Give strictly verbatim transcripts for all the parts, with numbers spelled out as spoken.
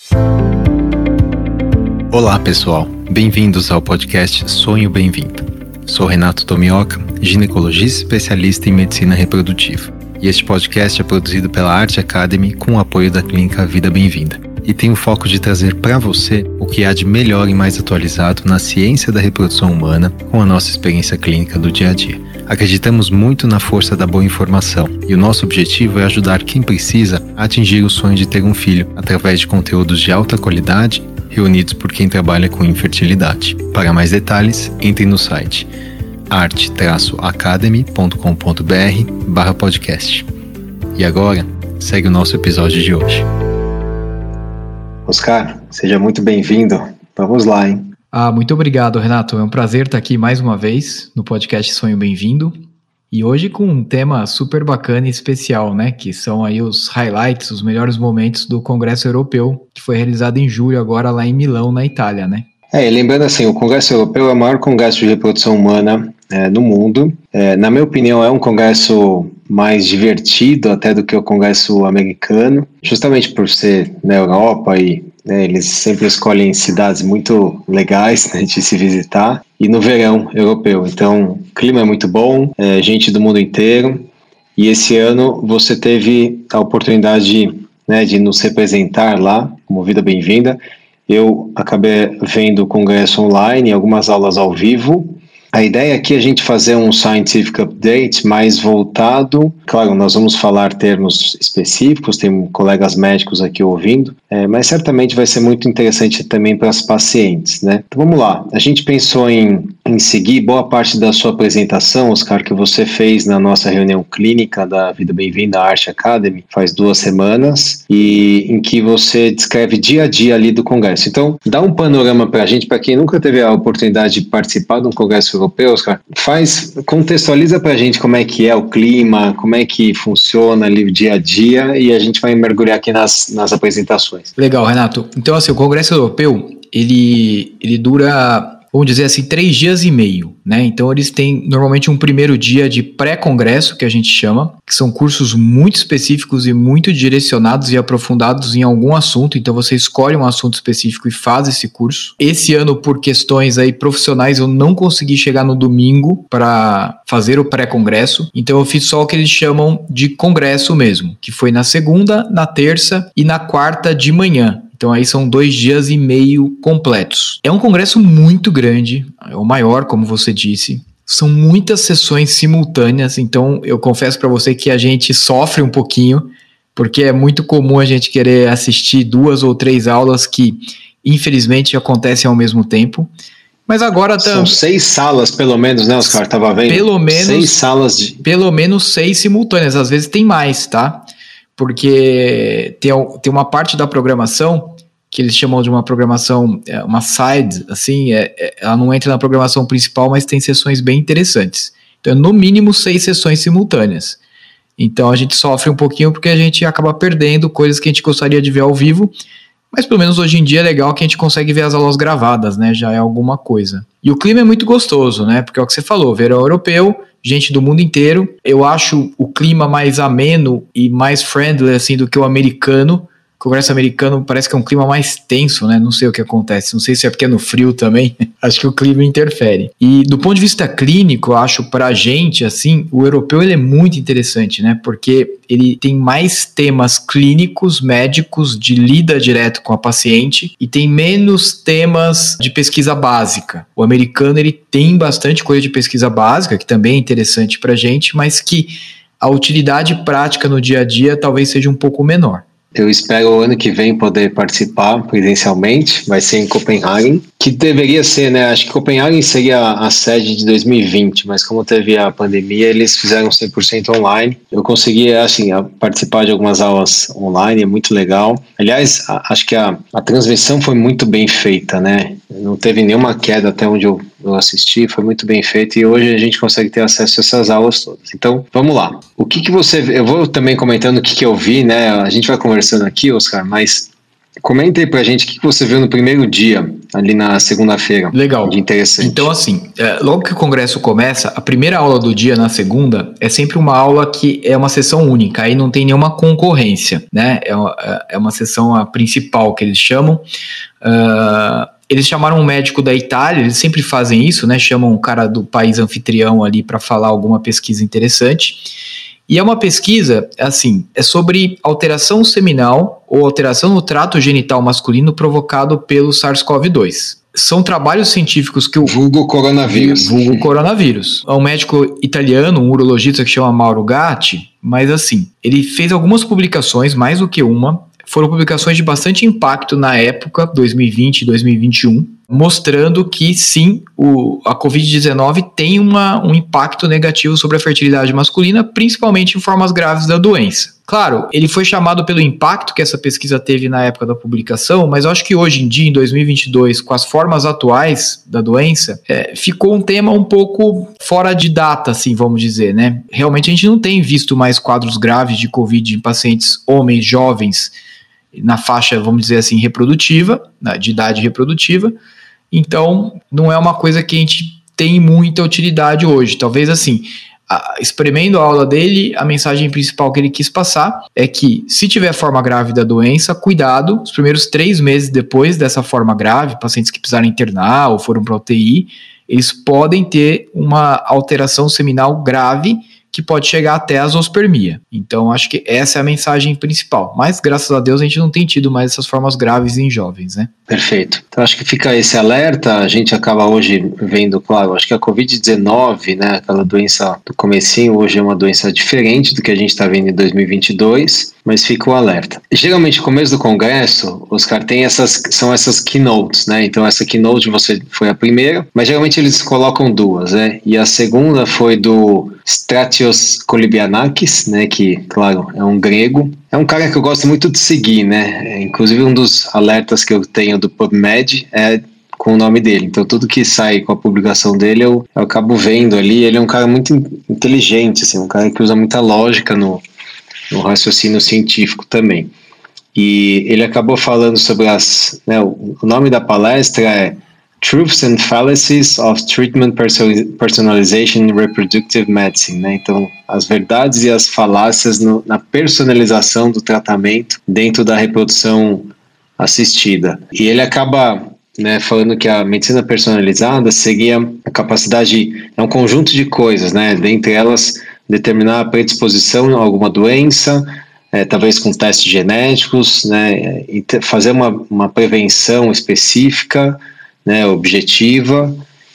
Olá pessoal, bem-vindos ao podcast Sonho Bem-vindo. Sou Renato Tomioka, ginecologista especialista em medicina reprodutiva. E este podcast é produzido pela Arte Academy com o apoio da Clínica Vida Bem-vinda. E tem o foco de trazer para você o que há de melhor e mais atualizado na ciência da reprodução humana com a nossa experiência clínica do dia a dia. Acreditamos muito na força da boa informação e o nosso objetivo é ajudar quem precisa a atingir o sonho de ter um filho através de conteúdos de alta qualidade reunidos por quem trabalha com infertilidade. Para mais detalhes, entre no site arte academy ponto com ponto b r barra podcast. E agora, segue o nosso episódio de hoje. Oscar, seja muito bem-vindo. Vamos lá, hein? Ah, muito obrigado, Renato. É um prazer estar aqui mais uma vez no podcast Sonho Bem-vindo. E hoje com um tema super bacana e especial, né? Que são aí os highlights, os melhores momentos do Congresso Europeu, que foi realizado em julho agora lá em Milão, na Itália, né? É, e lembrando assim, o Congresso Europeu é o maior congresso de reprodução humana é, no mundo. É, na minha opinião, é um congresso mais divertido até do que o Congresso americano, justamente por ser na Europa e né, eles sempre escolhem cidades muito legais, né, de se visitar, e no verão europeu. Então, o clima é muito bom, é, gente do mundo inteiro, e esse ano você teve a oportunidade né, de nos representar lá, como Vida Bem-vinda. Eu acabei vendo o congresso online, algumas aulas ao vivo. A ideia aqui é a gente fazer um Scientific Update mais voltado, claro, nós vamos falar termos específicos, tem colegas médicos aqui ouvindo, é, mas certamente vai ser muito interessante também para as pacientes, né? Então vamos lá, a gente pensou em, em seguir boa parte da sua apresentação, Oscar, que você fez na nossa reunião clínica da Vida Bem-vinda à Arte Academy, faz duas semanas, e em que você descreve dia a dia ali do congresso. Então, dá um panorama para a gente, para quem nunca teve a oportunidade de participar de um congresso europeu, Oscar, faz, contextualiza para a gente como é que é o clima, como é que funciona ali o dia a dia, e a gente vai mergulhar aqui nas, nas apresentações. Legal, Renato. Então, assim, o Congresso Europeu, ele, ele dura, vamos dizer assim, três dias e meio, né? Então, eles têm normalmente um primeiro dia de pré-congresso, que a gente chama, que são cursos muito específicos e muito direcionados e aprofundados em algum assunto. Então, você escolhe um assunto específico e faz esse curso. Esse ano, por questões aí profissionais, eu não consegui chegar no domingo para fazer o pré-congresso. Então, eu fiz só o que eles chamam de congresso mesmo, que foi na segunda, na terça e na quarta de manhã. Então aí são dois dias e meio completos. É um congresso muito grande, é o maior, como você disse. São muitas sessões simultâneas, então eu confesso para você que a gente sofre um pouquinho, porque é muito comum a gente querer assistir duas ou três aulas que, infelizmente, acontecem ao mesmo tempo. Mas agora... São tam... seis salas, pelo menos, né, Oscar? Estava vendo? Pelo menos... Seis salas de... Pelo menos seis simultâneas, às vezes tem mais, tá? Porque tem, tem uma parte da programação que eles chamam de uma programação, uma side, assim, é, é, ela não entra na programação principal, mas tem sessões bem interessantes. Então, no mínimo, seis sessões simultâneas. Então, a gente sofre um pouquinho porque a gente acaba perdendo coisas que a gente gostaria de ver ao vivo, mas pelo menos hoje em dia é legal que a gente consegue ver as aulas gravadas, né? Já é alguma coisa. E o clima é muito gostoso, né? Porque é o que você falou, verão europeu, gente do mundo inteiro. Eu acho o clima mais ameno e mais friendly, assim, do que o americano. O Congresso americano parece que é um clima mais tenso, né? Não sei o que acontece. Não sei se é porque é no frio também. Acho que o clima interfere. E do ponto de vista clínico, eu acho pra gente, assim, o europeu ele é muito interessante, né? Porque ele tem mais temas clínicos, médicos, de lida direto com a paciente e tem menos temas de pesquisa básica. O americano, ele tem bastante coisa de pesquisa básica, que também é interessante pra gente, mas que a utilidade prática no dia a dia talvez seja um pouco menor. Eu espero o ano que vem poder participar presencialmente, vai ser em Copenhague, que deveria ser, né? Acho que Copenhague seria a sede de dois mil e vinte, mas como teve a pandemia, eles fizeram cem por cento online. Eu consegui, assim, participar de algumas aulas online, é muito legal. Aliás, a, acho que a, a transmissão foi muito bem feita, né? Não teve nenhuma queda até onde eu, eu assisti, foi muito bem feito e hoje a gente consegue ter acesso a essas aulas todas. Então, vamos lá. O que que você... Eu vou também comentando o que que eu vi, né? A gente vai conversando aqui, Oscar, mas comenta aí pra gente o que que você viu no primeiro dia. ali na segunda-feira. Legal. De interessante. Então, assim, é, logo que o congresso começa, a primeira aula do dia, na segunda, é sempre uma aula que é uma sessão única, aí não tem nenhuma concorrência, né? É uma, é uma sessão a principal que eles chamam. Uh, eles chamaram um médico da Itália, eles sempre fazem isso, né? Chamam um cara do país anfitrião ali para falar alguma pesquisa interessante. E é uma pesquisa, assim, é sobre alteração seminal ou alteração no trato genital masculino provocado pelo SARS-CoV dois. São trabalhos científicos que o... Vulgo coronavírus. Vulgo coronavírus. É um médico italiano, um urologista que chama Mauro Gatti, mas assim, ele fez algumas publicações, mais do que uma, foram publicações de bastante impacto na época, dois mil e vinte, dois mil e vinte e um, mostrando que sim, o, a covid dezenove tem uma, um impacto negativo sobre a fertilidade masculina, principalmente em formas graves da doença. Claro, ele foi chamado pelo impacto que essa pesquisa teve na época da publicação, mas eu acho que hoje em dia, em dois mil e vinte e dois, com as formas atuais da doença, é, ficou um tema um pouco fora de data, assim, vamos dizer, né? Realmente a gente não tem visto mais quadros graves de Covid em pacientes homens jovens na faixa, vamos dizer assim, reprodutiva, de idade reprodutiva. Então, não é uma coisa que a gente tem muita utilidade hoje. Talvez assim, a, espremendo a aula dele, a mensagem principal que ele quis passar é que, se tiver forma grave da doença, cuidado, os primeiros três meses depois dessa forma grave, pacientes que precisaram internar ou foram para U T I, eles podem ter uma alteração seminal grave que pode chegar até a zoospermia. Então, acho que essa é a mensagem principal. Mas, graças a Deus, a gente não tem tido mais essas formas graves em jovens, né? Perfeito. Então, acho que fica esse alerta. A gente acaba hoje vendo, claro, acho que a covid dezenove, né, aquela doença do comecinho, hoje é uma doença diferente do que a gente está vendo em dois mil e vinte e dois, mas fica o alerta. Geralmente, no começo do congresso, os caras têm essas, são essas keynotes, né? Então, essa keynote você foi a primeira, mas geralmente eles colocam duas, né? E a segunda foi do Stratios Kolibianakis, né, que, claro, é um grego. É um cara que eu gosto muito de seguir, né? É, inclusive, um dos alertas que eu tenho do PubMed é com o nome dele. Então, tudo que sai com a publicação dele, eu, eu acabo vendo ali. Ele é um cara muito inteligente, assim, um cara que usa muita lógica no, no raciocínio científico também. E ele acabou falando sobre as... Né, o, o nome da palestra é Truths and Fallacies of Treatment Personalization in Reproductive Medicine, né? Então, as verdades e as falácias no, na personalização do tratamento dentro da reprodução assistida. E ele acaba, né, falando que a medicina personalizada seria a capacidade, é um conjunto de coisas, né? Dentre elas, determinar a predisposição a alguma doença, é, talvez com testes genéticos, né? E te, fazer uma, uma prevenção específica, né, objetiva,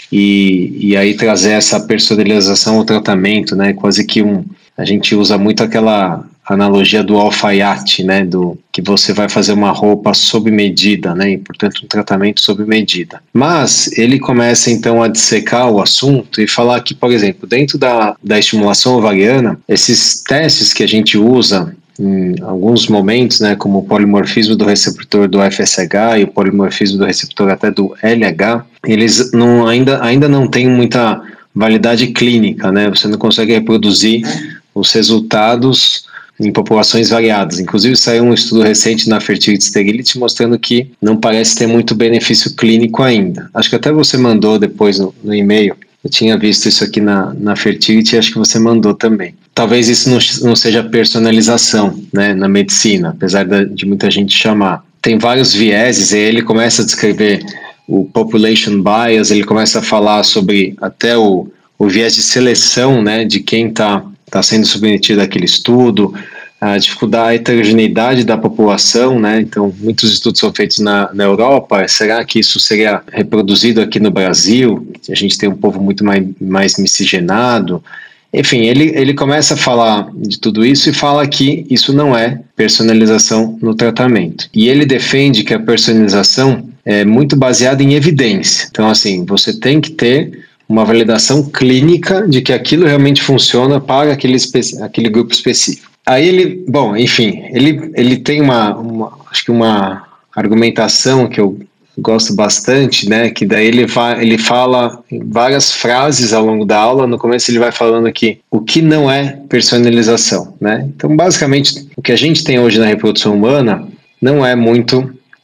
e, e aí trazer essa personalização ao tratamento, né, quase que um, a gente usa muito aquela analogia do alfaiate, né, do, que você vai fazer uma roupa sob medida, né, e portanto um tratamento sob medida. Mas ele começa então a dissecar o assunto e falar que, por exemplo, dentro da, da estimulação ovariana, esses testes que a gente usa em alguns momentos, né, como o polimorfismo do receptor do F S H e o polimorfismo do receptor até do L H, eles não, ainda, ainda não têm muita validade clínica, né? Você não consegue reproduzir os resultados em populações variadas. Inclusive saiu um estudo recente na Fertility Sterility mostrando que não parece ter muito benefício clínico ainda. Acho que até você mandou depois no, no e-mail. Eu tinha visto isso aqui na, na Fertility e acho que você mandou também. Talvez isso não, não seja personalização, né, na medicina, apesar de, de muita gente chamar. Tem vários vieses, e ele começa a descrever o population bias, ele começa a falar sobre até o, o viés de seleção, né, de quem está tá sendo submetido àquele estudo, a dificuldade, a heterogeneidade da população, né? Então, muitos estudos são feitos na, na Europa. Será que isso seria reproduzido aqui no Brasil? A gente tem um povo muito mais, mais miscigenado. Enfim, ele, ele começa a falar de tudo isso e fala que isso não é personalização no tratamento. E ele defende que a personalização é muito baseada em evidência. Então, assim, você tem que ter uma validação clínica de que aquilo realmente funciona para aquele, aquele grupo específico. Aí ele, bom, enfim, ele, ele tem uma, uma, acho que uma argumentação que eu gosto bastante, né, que daí ele, vai, ele fala várias frases ao longo da aula. No começo ele vai falando aqui o que não é personalização, né? Então, basicamente, o que a gente tem hoje na reprodução humana não é muito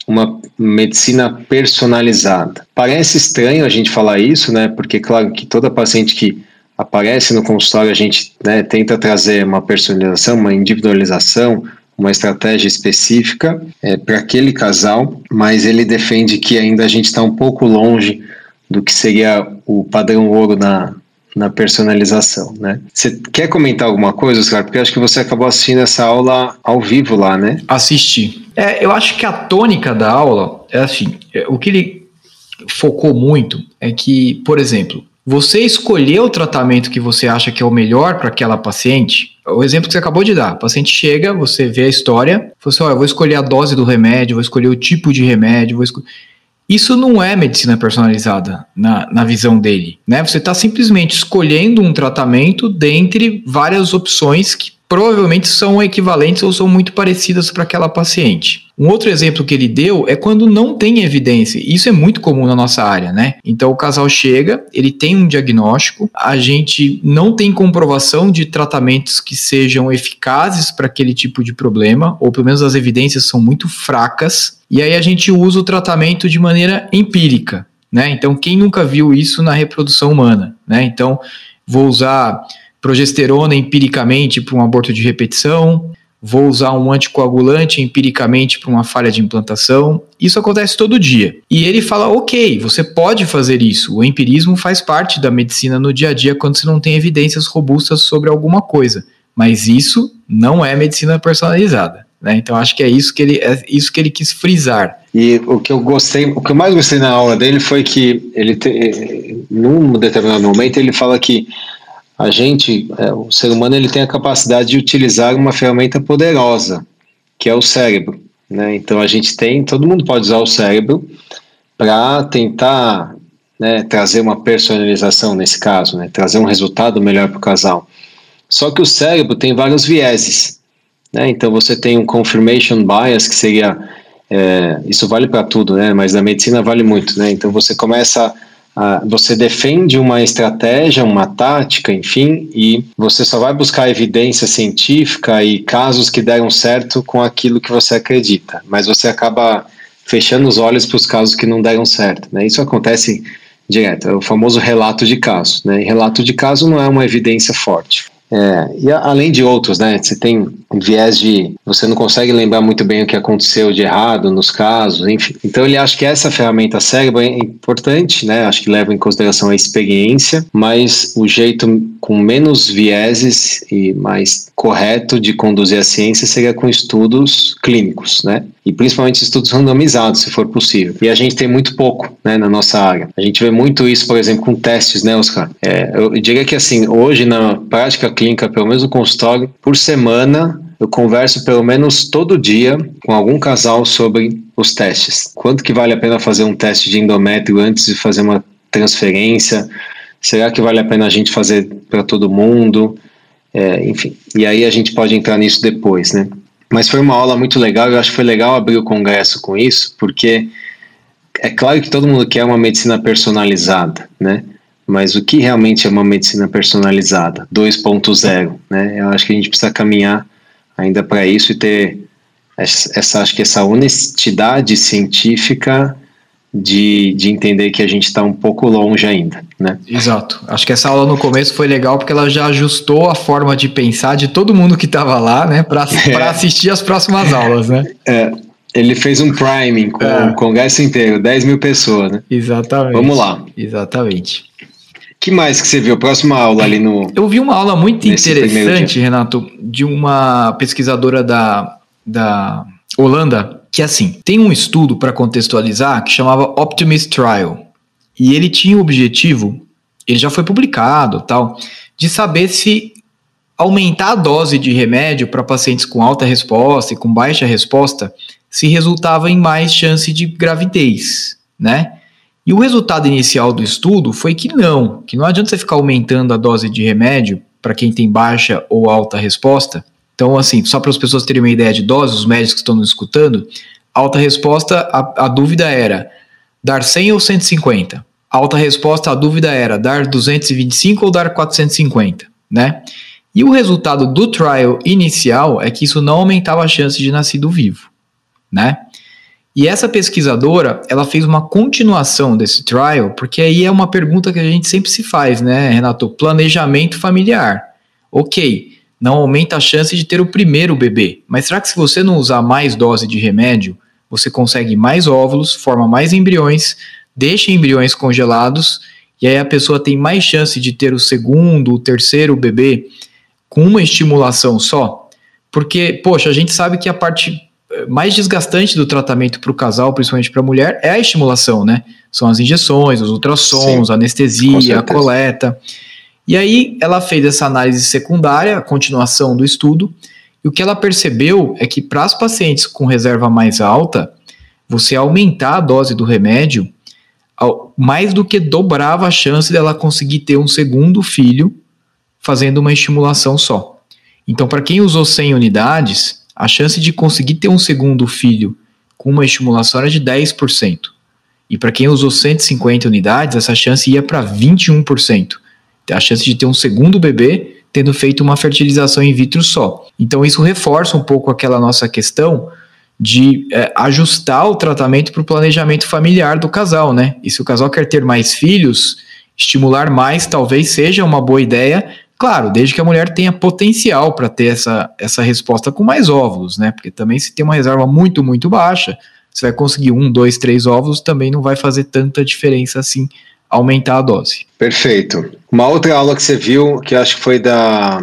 uma medicina personalizada. Parece estranho a gente falar isso, né? Porque, claro, que toda paciente que aparece no consultório, a gente, né, tenta trazer uma personalização, uma individualização, uma estratégia específica é, para aquele casal, mas ele defende que ainda a gente está um pouco longe do que seria o padrão ouro na, na personalização, né? Você quer comentar alguma coisa, Oscar? Porque eu acho que você acabou assistindo essa aula ao vivo lá, né? Assisti. É, eu acho que a tônica da aula é assim, é, o que ele focou muito é que, por exemplo, você escolher o tratamento que você acha que é o melhor para aquela paciente, o exemplo que você acabou de dar, a paciente chega, você vê a história, você fala assim, ó, eu vou escolher a dose do remédio, vou escolher o tipo de remédio, vou escolher... Isso não é medicina personalizada na, na visão dele, né? Você está simplesmente escolhendo um tratamento dentre várias opções que provavelmente são equivalentes ou são muito parecidas para aquela paciente. Um outro exemplo que ele deu é quando não tem evidência. Isso é muito comum na nossa área, né? Então o casal chega, ele tem um diagnóstico, a gente não tem comprovação de tratamentos que sejam eficazes para aquele tipo de problema, ou pelo menos as evidências são muito fracas, e aí a gente usa o tratamento de maneira empírica, né? Então quem nunca viu isso na reprodução humana, né? Então vou usar progesterona empiricamente para um aborto de repetição, vou usar um anticoagulante empiricamente para uma falha de implantação. Isso acontece todo dia. E ele fala, ok, você pode fazer isso. O empirismo faz parte da medicina no dia a dia quando você não tem evidências robustas sobre alguma coisa. Mas isso não é medicina personalizada, né? Então acho que é isso que ele, é isso que ele quis frisar. E o que eu gostei, o que eu mais gostei na aula dele foi que ele, te, num determinado momento, ele fala que a gente, é, o ser humano, ele tem a capacidade de utilizar uma ferramenta poderosa, que é o cérebro, né? Então a gente tem, todo mundo pode usar o cérebro para tentar, né, trazer uma personalização nesse caso, né, trazer um resultado melhor para o casal. Só que o cérebro tem vários vieses, né? Então você tem um confirmation bias, que seria, é, isso vale para tudo, né? Mas na medicina vale muito, né? Então você começa a, você defende uma estratégia, uma tática, enfim, e você só vai buscar evidência científica e casos que deram certo com aquilo que você acredita, mas você acaba fechando os olhos para os casos que não deram certo, né? Isso acontece direto, é o famoso relato de caso, né? E relato de caso não é uma evidência forte. É, e a, além de outros, né, você tem um viés de você não consegue lembrar muito bem o que aconteceu de errado nos casos, enfim. Então ele acha que essa ferramenta cérebro é importante, né, acho que leva em consideração a experiência, mas o jeito com menos vieses e mais correto de conduzir a ciência seria com estudos clínicos, né, e principalmente estudos randomizados, se for possível. E a gente tem muito pouco, né, na nossa área. A gente vê muito isso, por exemplo, com testes, né, Oscar? É, eu diria que assim, hoje na prática clínica, pelo menos no consultório, por semana eu converso pelo menos todo dia com algum casal sobre os testes. Quanto que vale a pena fazer um teste de endométrio antes de fazer uma transferência? Será que vale a pena a gente fazer para todo mundo? É, enfim, e aí a gente pode entrar nisso depois, né? Mas foi uma aula muito legal, eu acho que foi legal abrir o congresso com isso, porque é claro que todo mundo quer uma medicina personalizada, né? Mas o que realmente é uma medicina personalizada? dois ponto zero, né? Eu acho que a gente precisa caminhar ainda para isso e ter essa, acho que essa honestidade científica de, de entender que a gente está um pouco longe ainda, né? Exato. Acho que essa aula no começo foi legal porque ela já ajustou a forma de pensar de todo mundo que estava lá, né? Para é. assistir as próximas aulas, né? É. Ele fez um priming com é. o congresso inteiro, dez mil pessoas, né? Exatamente. Vamos lá. Exatamente. Que mais que você viu? Próxima aula ali no... Eu vi uma aula muito interessante, Renato, de uma pesquisadora da, da Holanda, que assim, tem um estudo para contextualizar que chamava Optimist Trial. E ele tinha o objetivo, ele já foi publicado, tal, de saber se aumentar a dose de remédio para pacientes com alta resposta e com baixa resposta se resultava em mais chance de gravidez, né? E o resultado inicial do estudo foi que não, que não adianta você ficar aumentando a dose de remédio para quem tem baixa ou alta resposta. Então, assim, só para as pessoas terem uma ideia de dose, os médicos que estão nos escutando, alta resposta, a, a dúvida era dar cem ou cento e cinquenta. Alta resposta, a dúvida era dar duzentos e vinte e cinco ou dar quatrocentos e cinquenta, né? E o resultado do trial inicial é que isso não aumentava a chance de nascido vivo, né? E essa pesquisadora, ela fez uma continuação desse trial, porque aí é uma pergunta que a gente sempre se faz, né, Renato? Planejamento familiar. Ok, não aumenta a chance de ter o primeiro bebê, mas será que se você não usar mais dose de remédio, você consegue mais óvulos, forma mais embriões, deixa embriões congelados, e aí a pessoa tem mais chance de ter o segundo, o terceiro bebê com uma estimulação só? Porque, poxa, a gente sabe que a parte mais desgastante do tratamento para o casal, principalmente para a mulher, é a estimulação, né? São as injeções, os ultrassons, Sim, a anestesia, a coleta. E aí ela fez essa análise secundária, a continuação do estudo, e o que ela percebeu é que para as pacientes com reserva mais alta, você aumentar a dose do remédio, mais do que dobrava a chance dela conseguir ter um segundo filho fazendo uma estimulação só. Então, para quem usou cem unidades, a chance de conseguir ter um segundo filho com uma estimulação era de dez por cento. E para quem usou cento e cinquenta unidades, essa chance ia para vinte e um por cento. A chance de ter um segundo bebê tendo feito uma fertilização in vitro só. Então isso reforça um pouco aquela nossa questão de é, ajustar o tratamento para o planejamento familiar do casal, né? E se o casal quer ter mais filhos, estimular mais talvez seja uma boa ideia. Claro, desde que a mulher tenha potencial para ter essa, essa resposta com mais óvulos, né? Porque também se tem uma reserva muito, muito baixa, você vai conseguir um, dois, três óvulos, também não vai fazer tanta diferença assim, aumentar a dose. Perfeito. Uma outra aula que você viu, que eu acho que foi da...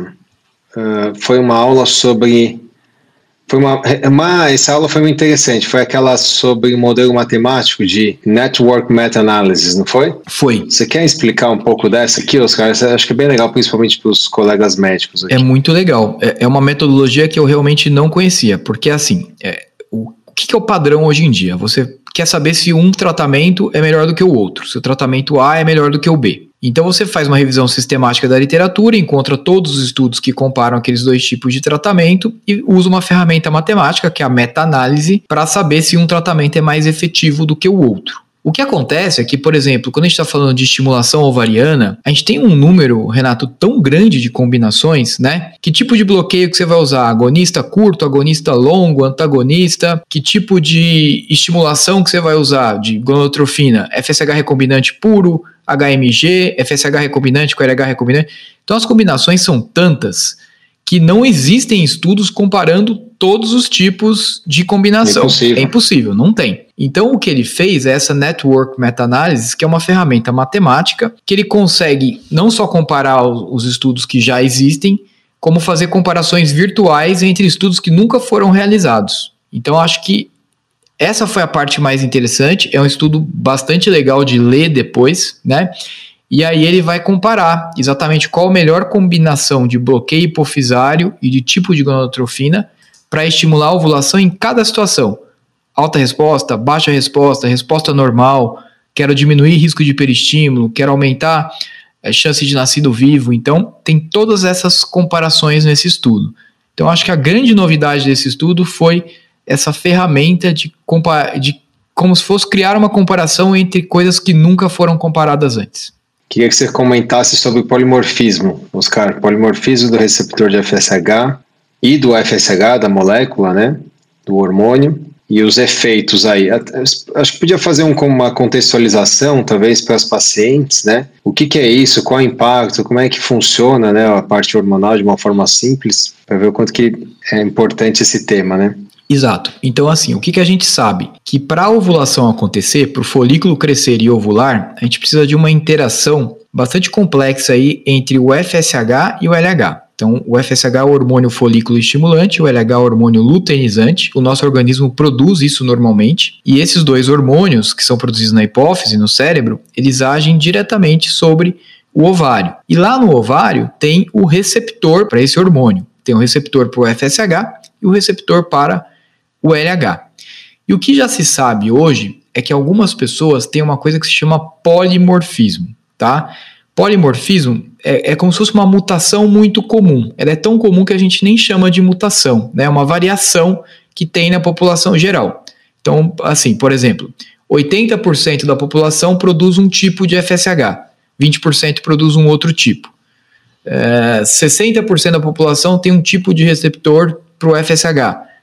Uh, foi uma aula sobre... Foi uma, uma, essa aula foi muito interessante, foi aquela sobre o modelo matemático de Network Meta-Analysis, não foi? Foi. Você quer explicar um pouco dessa aqui, Oscar? Acho que é bem legal, principalmente para os colegas médicos aqui. É muito legal, é, é uma metodologia que eu realmente não conhecia, porque assim, é, o, o que, que é o padrão hoje em dia? Você quer saber se um tratamento é melhor do que o outro, se o tratamento A é melhor do que o B. Então você faz uma revisão sistemática da literatura, encontra todos os estudos que comparam aqueles dois tipos de tratamento e usa uma ferramenta matemática, que é a meta-análise, para saber se um tratamento é mais efetivo do que o outro. O que acontece é que, por exemplo, quando a gente está falando de estimulação ovariana, a gente tem um número, Renato, tão grande de combinações, né? Que tipo de bloqueio que você vai usar? Agonista curto, agonista longo, antagonista? Que tipo de estimulação que você vai usar? De gonadotrofina? F S H recombinante puro? H M G? F S H recombinante com L H recombinante? Então as combinações são tantas que não existem estudos comparando todos os tipos de combinação. É impossível. É impossível, não tem. Então o que ele fez é essa Network Meta-Analysis, que é uma ferramenta matemática que ele consegue não só comparar os estudos que já existem, como fazer comparações virtuais entre estudos que nunca foram realizados. Então acho que essa foi a parte mais interessante, é um estudo bastante legal de ler depois, né? E aí ele vai comparar exatamente qual a melhor combinação de bloqueio hipofisário e de tipo de gonadotrofina para estimular a ovulação em cada situação. Alta resposta, baixa resposta, resposta normal, quero diminuir risco de hiperestímulo, quero aumentar a chance de nascido vivo. Então, tem todas essas comparações nesse estudo. Então, acho que a grande novidade desse estudo foi essa ferramenta de, compa- de como se fosse criar uma comparação entre coisas que nunca foram comparadas antes. Queria que você comentasse sobre o polimorfismo, Oscar, polimorfismo do receptor de F S H e do F S H, da molécula, né, do hormônio, e os efeitos aí. Acho que podia fazer um, uma contextualização, talvez, para as pacientes, né, o que, que é isso, qual é o impacto, como é que funciona, né, a parte hormonal de uma forma simples, para ver o quanto que é importante esse tema, né. Exato. Então, assim, o que, que a gente sabe? Que para a ovulação acontecer, para o folículo crescer e ovular, a gente precisa de uma interação bastante complexa aí entre o F S H e o L H. Então, o F S H é o hormônio folículo estimulante, o L H é o hormônio luteinizante. O nosso organismo produz isso normalmente. E esses dois hormônios, que são produzidos na hipófise, no cérebro, eles agem diretamente sobre o ovário. E lá no ovário tem o receptor para esse hormônio. Tem o receptor para o F S H e o receptor para o L H. E o que já se sabe hoje é que algumas pessoas têm uma coisa que se chama polimorfismo, tá? Polimorfismo é, é como se fosse uma mutação muito comum. Ela é tão comum que a gente nem chama de mutação, né? É uma variação que tem na população geral. Então, assim, por exemplo, oitenta por cento da população produz um tipo de F S H, vinte por cento produz um outro tipo. É, sessenta por cento da população tem um tipo de receptor para o F S H.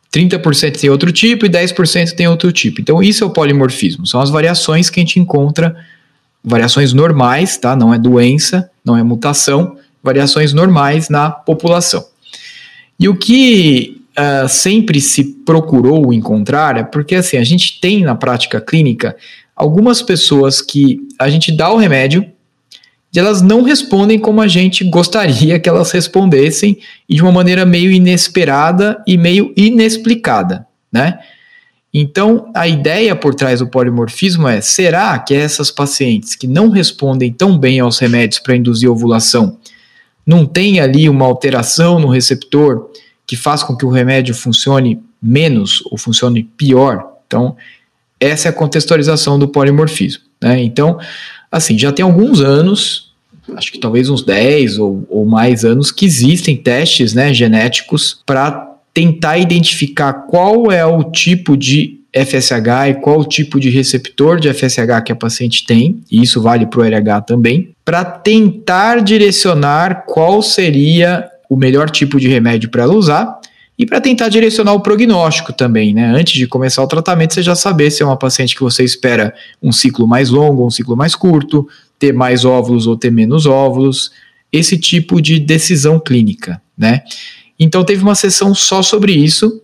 trinta por cento tem outro tipo e dez por cento tem outro tipo. Então, isso é o polimorfismo. São as variações que a gente encontra, variações normais, tá? Não é doença, não é mutação, variações normais na população. E o que uh, sempre se procurou encontrar é porque, assim, a gente tem na prática clínica algumas pessoas que a gente dá o remédio e elas não respondem como a gente gostaria que elas respondessem e de uma maneira meio inesperada e meio inexplicada, né? Então, a ideia por trás do polimorfismo é, será que essas pacientes que não respondem tão bem aos remédios para induzir ovulação não tem ali uma alteração no receptor que faz com que o remédio funcione menos ou funcione pior? Então, essa é a contextualização do polimorfismo, né? Então, assim, já tem alguns anos, acho que talvez uns dez ou, ou mais anos, que existem testes, né, genéticos para tentar identificar qual é o tipo de F S H e qual o tipo de receptor de F S H que a paciente tem, e isso vale para o L H também, para tentar direcionar qual seria o melhor tipo de remédio para ela usar e para tentar direcionar o prognóstico também, né? Antes de começar o tratamento, você já saber se é uma paciente que você espera um ciclo mais longo ou um ciclo mais curto, ter mais óvulos ou ter menos óvulos, esse tipo de decisão clínica, né? Então teve uma sessão só sobre isso,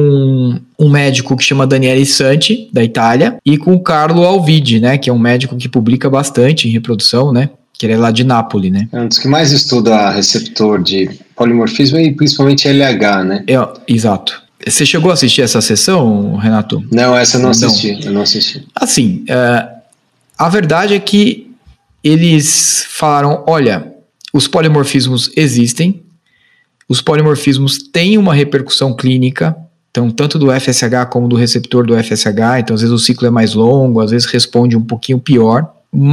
com um médico que chama Daniele Santi, da Itália, e com o Carlo Alvidi, né, que é um médico que publica bastante em reprodução, né, que ele é lá de Nápoles, né. É um dos que mais estuda receptor de polimorfismo e principalmente L H, né. É, exato. Você chegou a assistir essa sessão, Renato? Não, essa eu não assisti, não. eu não assisti. Assim, uh, a verdade é que eles falaram, olha, os polimorfismos existem, os polimorfismos têm uma repercussão clínica, então tanto do F S H como do receptor do F S H, então às vezes o ciclo é mais longo, às vezes responde um pouquinho pior,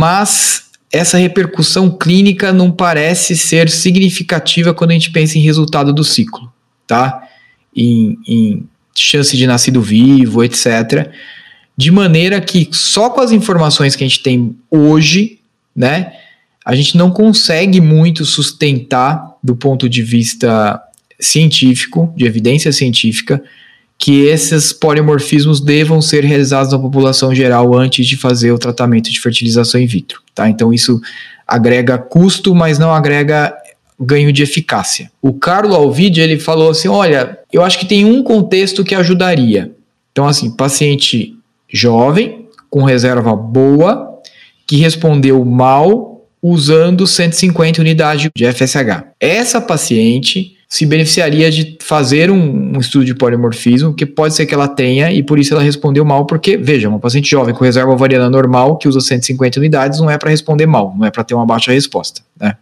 mas essa repercussão clínica não parece ser significativa quando a gente pensa em resultado do ciclo, tá? Em, em chance de nascido vivo, etcétera. De maneira que só com as informações que a gente tem hoje, né, a gente não consegue muito sustentar do ponto de vista científico, de evidência científica, que esses polimorfismos devam ser realizados na população geral antes de fazer o tratamento de fertilização in vitro, tá? Então isso agrega custo, mas não agrega ganho de eficácia. O Carlo Alvidi, ele falou assim, olha, eu acho que tem um contexto que ajudaria. Então assim, paciente jovem, com reserva boa, que respondeu mal usando cento e cinquenta unidades de F S H. Essa paciente se beneficiaria de fazer um, um estudo de polimorfismo, que pode ser que ela tenha, e por isso ela respondeu mal, porque, veja, uma paciente jovem com reserva ovariana normal, que usa cento e cinquenta unidades, não é para responder mal, não é para ter uma baixa resposta, né?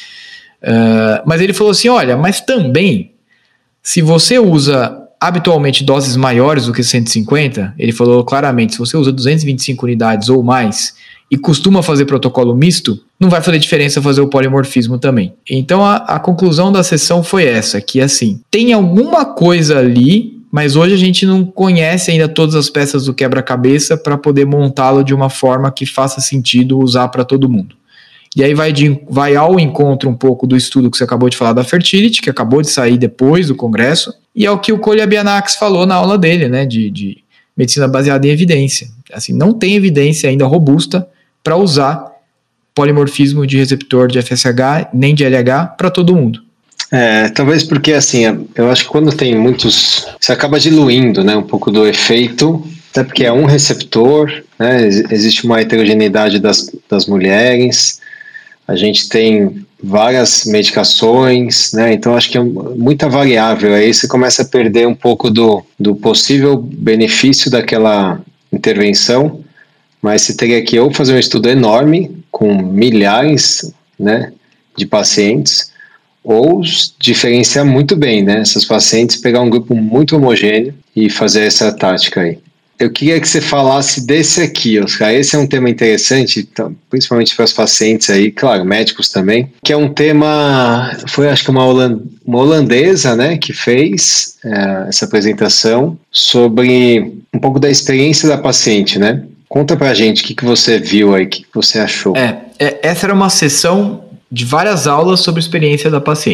Uh, mas ele falou assim, olha, mas também, se você usa habitualmente doses maiores do que cento e cinquenta, ele falou claramente, se você usa duzentas e vinte e cinco unidades ou mais, e costuma fazer protocolo misto, não vai fazer diferença fazer o polimorfismo também. Então a, a conclusão da sessão foi essa, que assim, tem alguma coisa ali, mas hoje a gente não conhece ainda todas as peças do quebra-cabeça para poder montá-lo de uma forma que faça sentido usar para todo mundo. E aí vai, de, vai ao encontro um pouco do estudo que você acabou de falar da Fertility, que acabou de sair depois do congresso, e é o que o Kolyabinakis falou na aula dele, né, de, de medicina baseada em evidência. Assim, não tem evidência ainda robusta para usar polimorfismo de receptor de F S H, nem de L H, para todo mundo. É, talvez porque, assim, eu acho que quando tem muitos, você acaba diluindo, né, um pouco do efeito, até porque é um receptor, né, existe uma heterogeneidade das, das mulheres, a gente tem várias medicações, né, então acho que é muita variável, aí você começa a perder um pouco do, do possível benefício daquela intervenção, mas você teria que ou fazer um estudo enorme, com milhares, né, de pacientes, ou diferenciar muito bem, né, essas pacientes, pegar um grupo muito homogêneo e fazer essa tática aí. Eu queria que você falasse desse aqui, Oscar. Esse é um tema interessante, principalmente para os pacientes aí, claro, médicos também, que é um tema, foi acho que uma, holand, uma holandesa, né, que fez é, essa apresentação sobre um pouco da experiência da paciente, né? Conta pra gente o que, que você viu aí, o que, que você achou. É, é, essa era uma sessão de várias aulas sobre a experiência da paciente.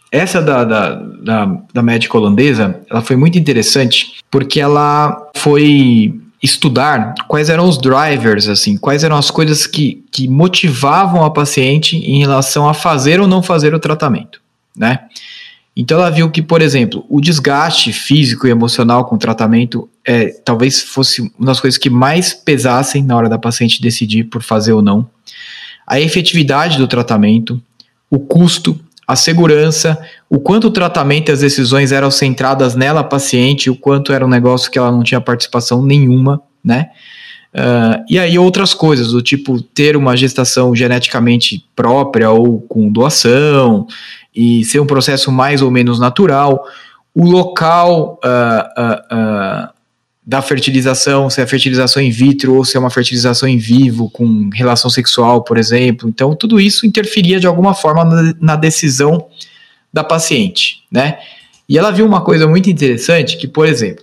Essa da, da, da, da médica holandesa, ela foi muito interessante, porque ela foi estudar quais eram os drivers, assim, quais eram as coisas que, que motivavam a paciente em relação a fazer ou não fazer o tratamento, né? Então ela viu que, por exemplo, o desgaste físico e emocional com o tratamento é, talvez fosse uma das coisas que mais pesassem na hora da paciente decidir por fazer ou não. A efetividade do tratamento, o custo, a segurança, o quanto o tratamento e as decisões eram centradas nela, paciente, o quanto era um negócio que ela não tinha participação nenhuma, né? Uh, e aí outras coisas, do tipo ter uma gestação geneticamente própria ou com doação, e ser um processo mais ou menos natural, o local uh, uh, uh, da fertilização, se é fertilização in vitro ou se é uma fertilização em vivo com relação sexual, por exemplo. Então, tudo isso interferia de alguma forma na, na decisão da paciente, né? E ela viu uma coisa muito interessante que, por exemplo,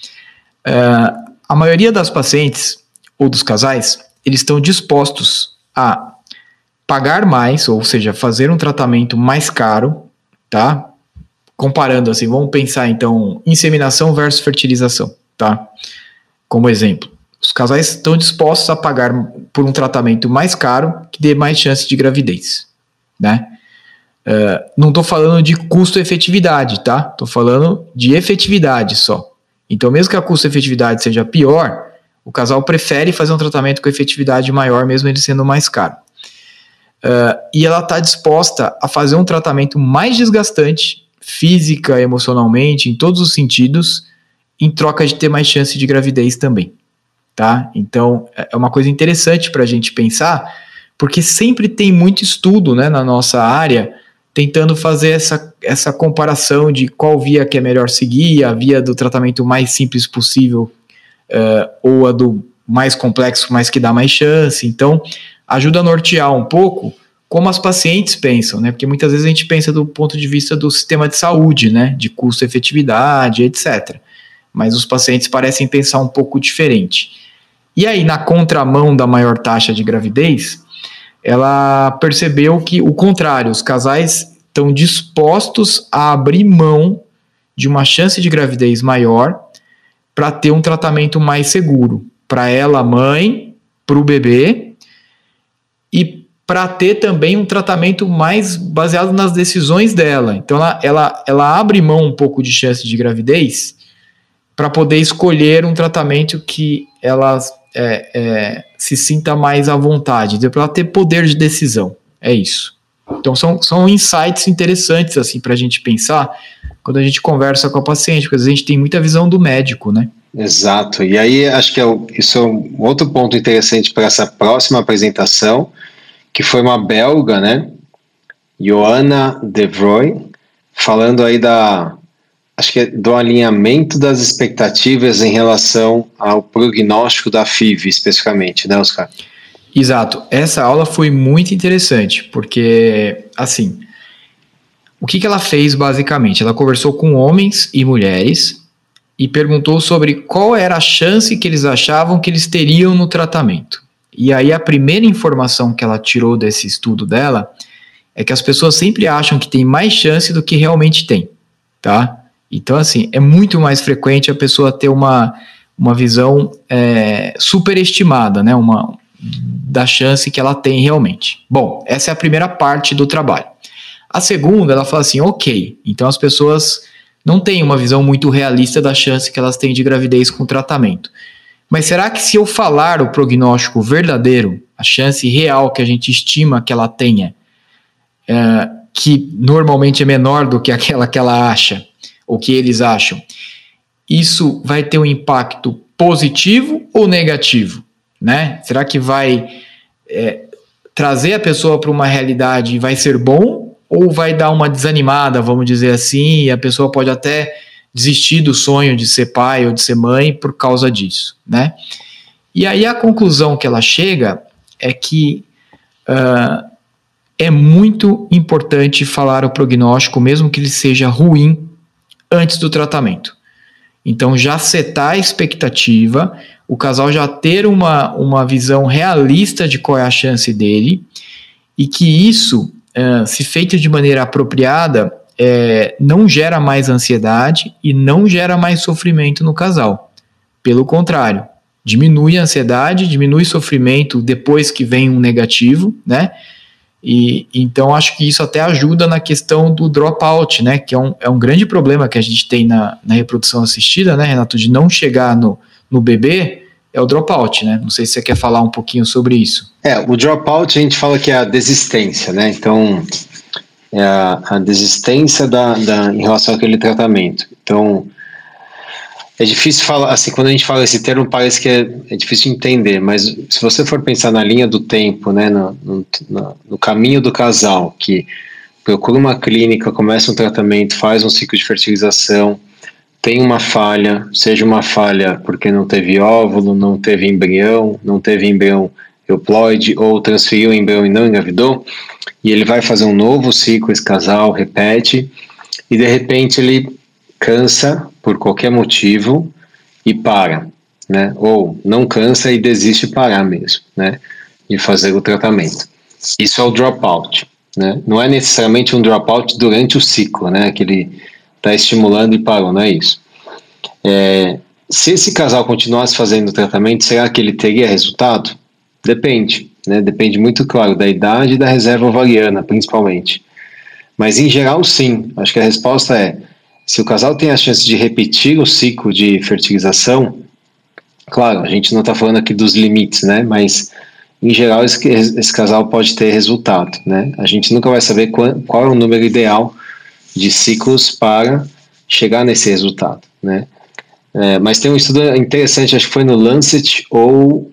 uh, a maioria das pacientes ou dos casais, eles estão dispostos a pagar mais, ou seja, fazer um tratamento mais caro, tá? Comparando assim, vamos pensar então, inseminação versus fertilização, tá? Como exemplo, os casais estão dispostos a pagar por um tratamento mais caro que dê mais chance de gravidez, né? Uh, não estou falando de custo-efetividade, tá? Estou falando de efetividade só. Então, mesmo que a custo-efetividade seja pior, o casal prefere fazer um tratamento com efetividade maior, mesmo ele sendo mais caro. Uh, e ela está disposta a fazer um tratamento mais desgastante, física, emocionalmente, em todos os sentidos, em troca de ter mais chance de gravidez também, tá? Então, é uma coisa interessante para a gente pensar, porque sempre tem muito estudo, né, na nossa área, tentando fazer essa, essa comparação de qual via que é melhor seguir, a via do tratamento mais simples possível, uh, ou a do mais complexo, mas que dá mais chance. Então, ajuda a nortear um pouco como as pacientes pensam, né? Porque muitas vezes a gente pensa do ponto de vista do sistema de saúde, né? De custo-efetividade, etcétera. Mas os pacientes parecem pensar um pouco diferente. E aí, na contramão da maior taxa de gravidez, ela percebeu que o contrário, os casais estão dispostos a abrir mão de uma chance de gravidez maior para ter um tratamento mais seguro para ela, mãe, para o bebê, e para ter também um tratamento mais baseado nas decisões dela. Então, ela, ela, ela abre mão um pouco de chance de gravidez para poder escolher um tratamento que ela é, é, se sinta mais à vontade, para ela ter poder de decisão. É isso. Então, são, são insights interessantes assim, para a gente pensar quando a gente conversa com a paciente, porque às vezes a gente tem muita visão do médico, né? Exato. E aí, acho que é o, isso é um outro ponto interessante para essa próxima apresentação, que foi uma belga, né? Johanna de Vrooy, falando aí da, acho que é do alinhamento das expectativas em relação ao prognóstico da F I V, especificamente, né, Oscar? Exato. Essa aula foi muito interessante, porque, assim, o que, que ela fez basicamente? Ela conversou com homens e mulheres e perguntou sobre qual era a chance que eles achavam que eles teriam no tratamento. E aí a primeira informação que ela tirou desse estudo dela é que as pessoas sempre acham que tem mais chance do que realmente tem, tá? Então, assim, é muito mais frequente a pessoa ter uma, uma visão é, superestimada, né? Uma, da chance que ela tem realmente. Bom, essa é a primeira parte do trabalho. A segunda, ela fala assim, ok, então as pessoas não têm uma visão muito realista da chance que elas têm de gravidez com o tratamento. Mas será que se eu falar o prognóstico verdadeiro, a chance real que a gente estima que ela tenha, é, que normalmente é menor do que aquela que ela acha, ou que eles acham, isso vai ter um impacto positivo ou negativo? Né? Será que vai é, trazer a pessoa para uma realidade e vai ser bom? Ou vai dar uma desanimada, vamos dizer assim, e a pessoa pode até desistir do sonho de ser pai ou de ser mãe por causa disso, né? E aí a conclusão que ela chega é que uh, é muito importante falar o prognóstico, mesmo que ele seja ruim, antes do tratamento. Então já setar a expectativa, o casal já ter uma, uma visão realista de qual é a chance dele, e que isso, uh, se feito de maneira apropriada, é, não gera mais ansiedade e não gera mais sofrimento no casal. Pelo contrário, diminui a ansiedade, diminui o sofrimento depois que vem um negativo, né? E então acho que isso até ajuda na questão do dropout, né? Que é um, é um grande problema que a gente tem na, na reprodução assistida, né, Renato? De não chegar no, no bebê, é o dropout, né? Não sei se você quer falar um pouquinho sobre isso. É, o dropout a gente fala que é a desistência, né? Então, é a, a desistência da, da, em relação àquele tratamento. Então, é difícil falar, assim, quando a gente fala esse termo parece que é, é difícil de entender, mas se você for pensar na linha do tempo, né, no, no, no caminho do casal, que procura uma clínica, começa um tratamento, faz um ciclo de fertilização, tem uma falha, seja uma falha porque não teve óvulo, não teve embrião, não teve embrião euploide, ou transferiu o embrião e não engravidou, e ele vai fazer um novo ciclo, esse casal repete, e de repente ele cansa por qualquer motivo e para, né? Ou não cansa e desiste de parar mesmo, né? De fazer o tratamento. Isso é o dropout, né? Não é necessariamente um dropout durante o ciclo, né? Que ele está estimulando e parou, não é isso. É, se esse casal continuasse fazendo o tratamento, será que ele teria resultado? Depende, né? Depende muito, claro, da idade e da reserva ovariana, principalmente. Mas em geral, sim. Acho que a resposta é: se o casal tem a chance de repetir o ciclo de fertilização, claro, a gente não está falando aqui dos limites, né? Mas, em geral, esse, esse casal pode ter resultado, né? A gente nunca vai saber qual, qual é o número ideal de ciclos para chegar nesse resultado, né? É, mas tem um estudo interessante, acho que foi no Lancet ou,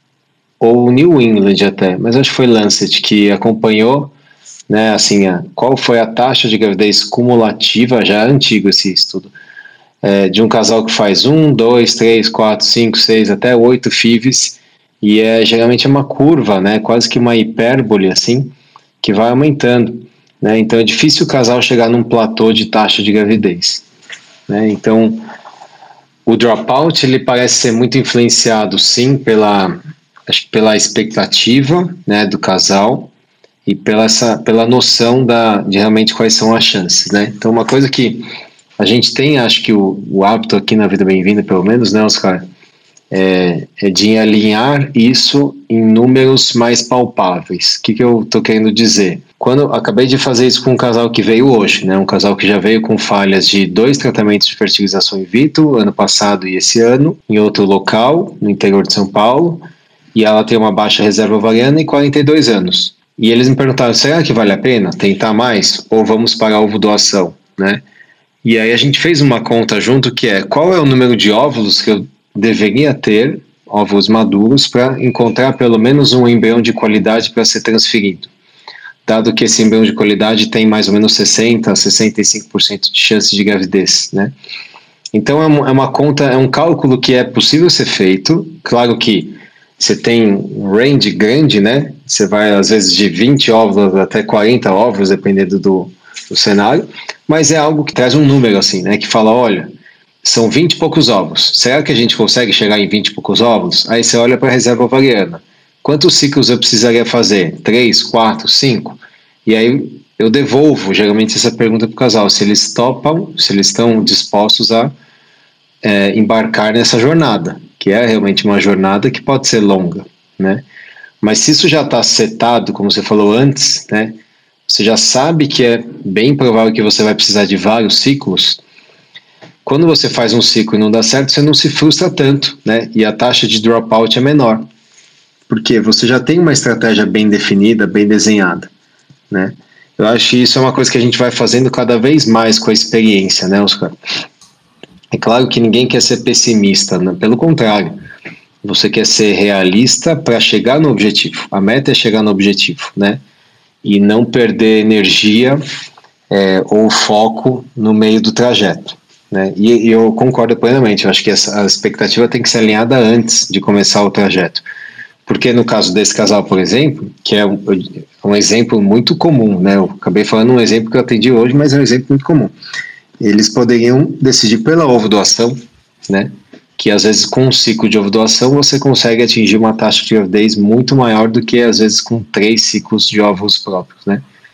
ou New England até, mas acho que foi Lancet, que acompanhou, né, assim, a, qual foi a taxa de gravidez cumulativa, já é antigo esse estudo, é, de um casal que faz um, dois, três, quatro, cinco, seis, até oito F I Vs, e é geralmente uma curva, né, quase que uma hipérbole, assim, que vai aumentando, né, então é difícil o casal chegar num platô de taxa de gravidez, né, então o dropout, ele parece ser muito influenciado, sim, pela, acho, pela expectativa, né, do casal, e pela, essa, pela noção da, de realmente quais são as chances, né? Então, uma coisa que a gente tem, acho que o, o hábito aqui na Vida Bem-vinda, pelo menos, né, Oscar, é, é de alinhar isso em números mais palpáveis. O que, que eu estou querendo dizer? Quando eu acabei de fazer isso com um casal que veio hoje, né, um casal que já veio com falhas de dois tratamentos de fertilização in vitro, ano passado e esse ano, em outro local, no interior de São Paulo, e ela tem uma baixa reserva ovariana e quarenta e dois anos. E eles me perguntaram, será que vale a pena tentar mais? Ou vamos para a ovo-doação, né? E aí a gente fez uma conta junto que é, qual é o número de óvulos que eu deveria ter, óvulos maduros, para encontrar pelo menos um embrião de qualidade para ser transferido? Dado que esse embrião de qualidade tem mais ou menos sessenta a sessenta e cinco por cento de chance de gravidez, né? Então é uma, é uma conta, é um cálculo que é possível ser feito, claro que você tem um range grande, né? Você vai, às vezes, de vinte óvulos até quarenta óvulos, dependendo do, do cenário, mas é algo que traz um número, assim, né? Que fala, olha, são vinte e poucos ovos. Será que a gente consegue chegar em vinte e poucos ovos? Aí você olha para a reserva ovariana. Quantos ciclos eu precisaria fazer? Três, quatro, cinco? E aí eu devolvo, geralmente, essa pergunta para o casal, se eles topam, se eles estão dispostos a é, embarcar nessa jornada, que é realmente uma jornada que pode ser longa, né? Mas se isso já está setado, como você falou antes, né? Você já sabe que é bem provável que você vai precisar de vários ciclos. Quando você faz um ciclo e não dá certo, você não se frustra tanto, né? E a taxa de dropout é menor, porque você já tem uma estratégia bem definida, bem desenhada, né? Eu acho que isso é uma coisa que a gente vai fazendo cada vez mais com a experiência, né, Oscar? É claro que ninguém quer ser pessimista, né? Pelo contrário, você quer ser realista para chegar no objetivo. A meta é chegar no objetivo, né? E não perder energia é, ou foco no meio do trajeto, né? E, e eu concordo plenamente, eu acho que essa, a expectativa tem que ser alinhada antes de começar o trajeto. Porque no caso desse casal, por exemplo, que é um, um exemplo muito comum, né? Eu acabei falando um exemplo que eu atendi hoje, mas é um exemplo muito comum. Eles poderiam decidir pela ovo-doação, né? Que às vezes com um ciclo de ovo-doação você consegue atingir uma taxa de gravidez muito maior do que às vezes com três ciclos de óvulos próprios, né?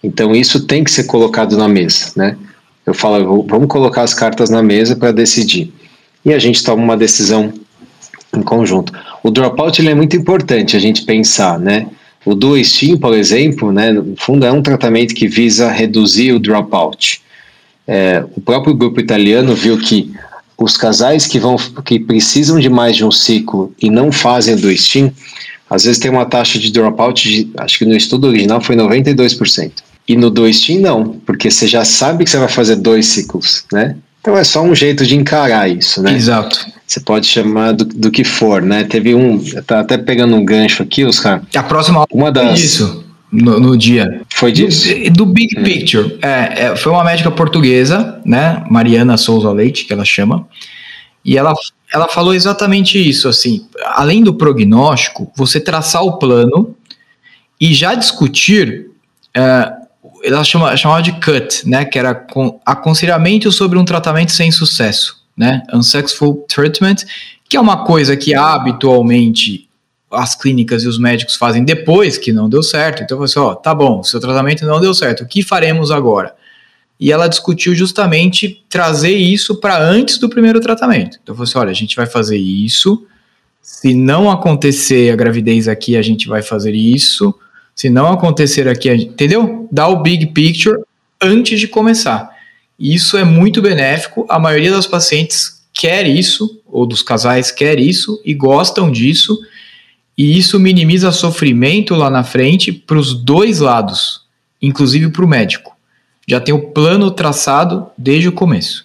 Então isso tem que ser colocado na mesa, né? Eu falo, vamos colocar as cartas na mesa para decidir. E a gente toma uma decisão em conjunto. O dropout ele é muito importante a gente pensar, né? O Duo-Steam, por exemplo, né, no fundo é um tratamento que visa reduzir o dropout. É, o próprio grupo italiano viu que os casais que, vão, que precisam de mais de um ciclo e não fazem o Duo-Steam, às vezes tem uma taxa de dropout, de, acho que no estudo original foi noventa e dois por cento. E no Duo-Steam não, porque você já sabe que você vai fazer dois ciclos, né? Então é só um jeito de encarar isso, né? Exato. Você pode chamar do, do que for, né? Teve um, tá até pegando um gancho aqui, Oscar. A próxima uma das foi disso, no, no dia. Foi disso? Do, do Big hum. Picture. É, é, foi uma médica portuguesa, né? Mariana Souza Leite, que ela chama. E ela, ela falou exatamente isso, assim. Além do prognóstico, você traçar o plano e já discutir... É, ela chama, chamava de cut, né, que era com, aconselhamento sobre um tratamento sem sucesso, né, unsuccessful treatment, que é uma coisa que habitualmente as clínicas e os médicos fazem depois que não deu certo. Então você, ó, tá bom, seu tratamento não deu certo, o que faremos agora? E ela discutiu justamente trazer isso para antes do primeiro tratamento. Então você, olha, a gente vai fazer isso, se não acontecer a gravidez aqui, a gente vai fazer isso. Se não acontecer aqui, entendeu? Dá o big picture antes de começar. Isso é muito benéfico. A maioria das pacientes quer isso, ou dos casais quer isso, e gostam disso. E isso minimiza sofrimento lá na frente para os dois lados, inclusive para o médico. Já tem o plano traçado desde o começo.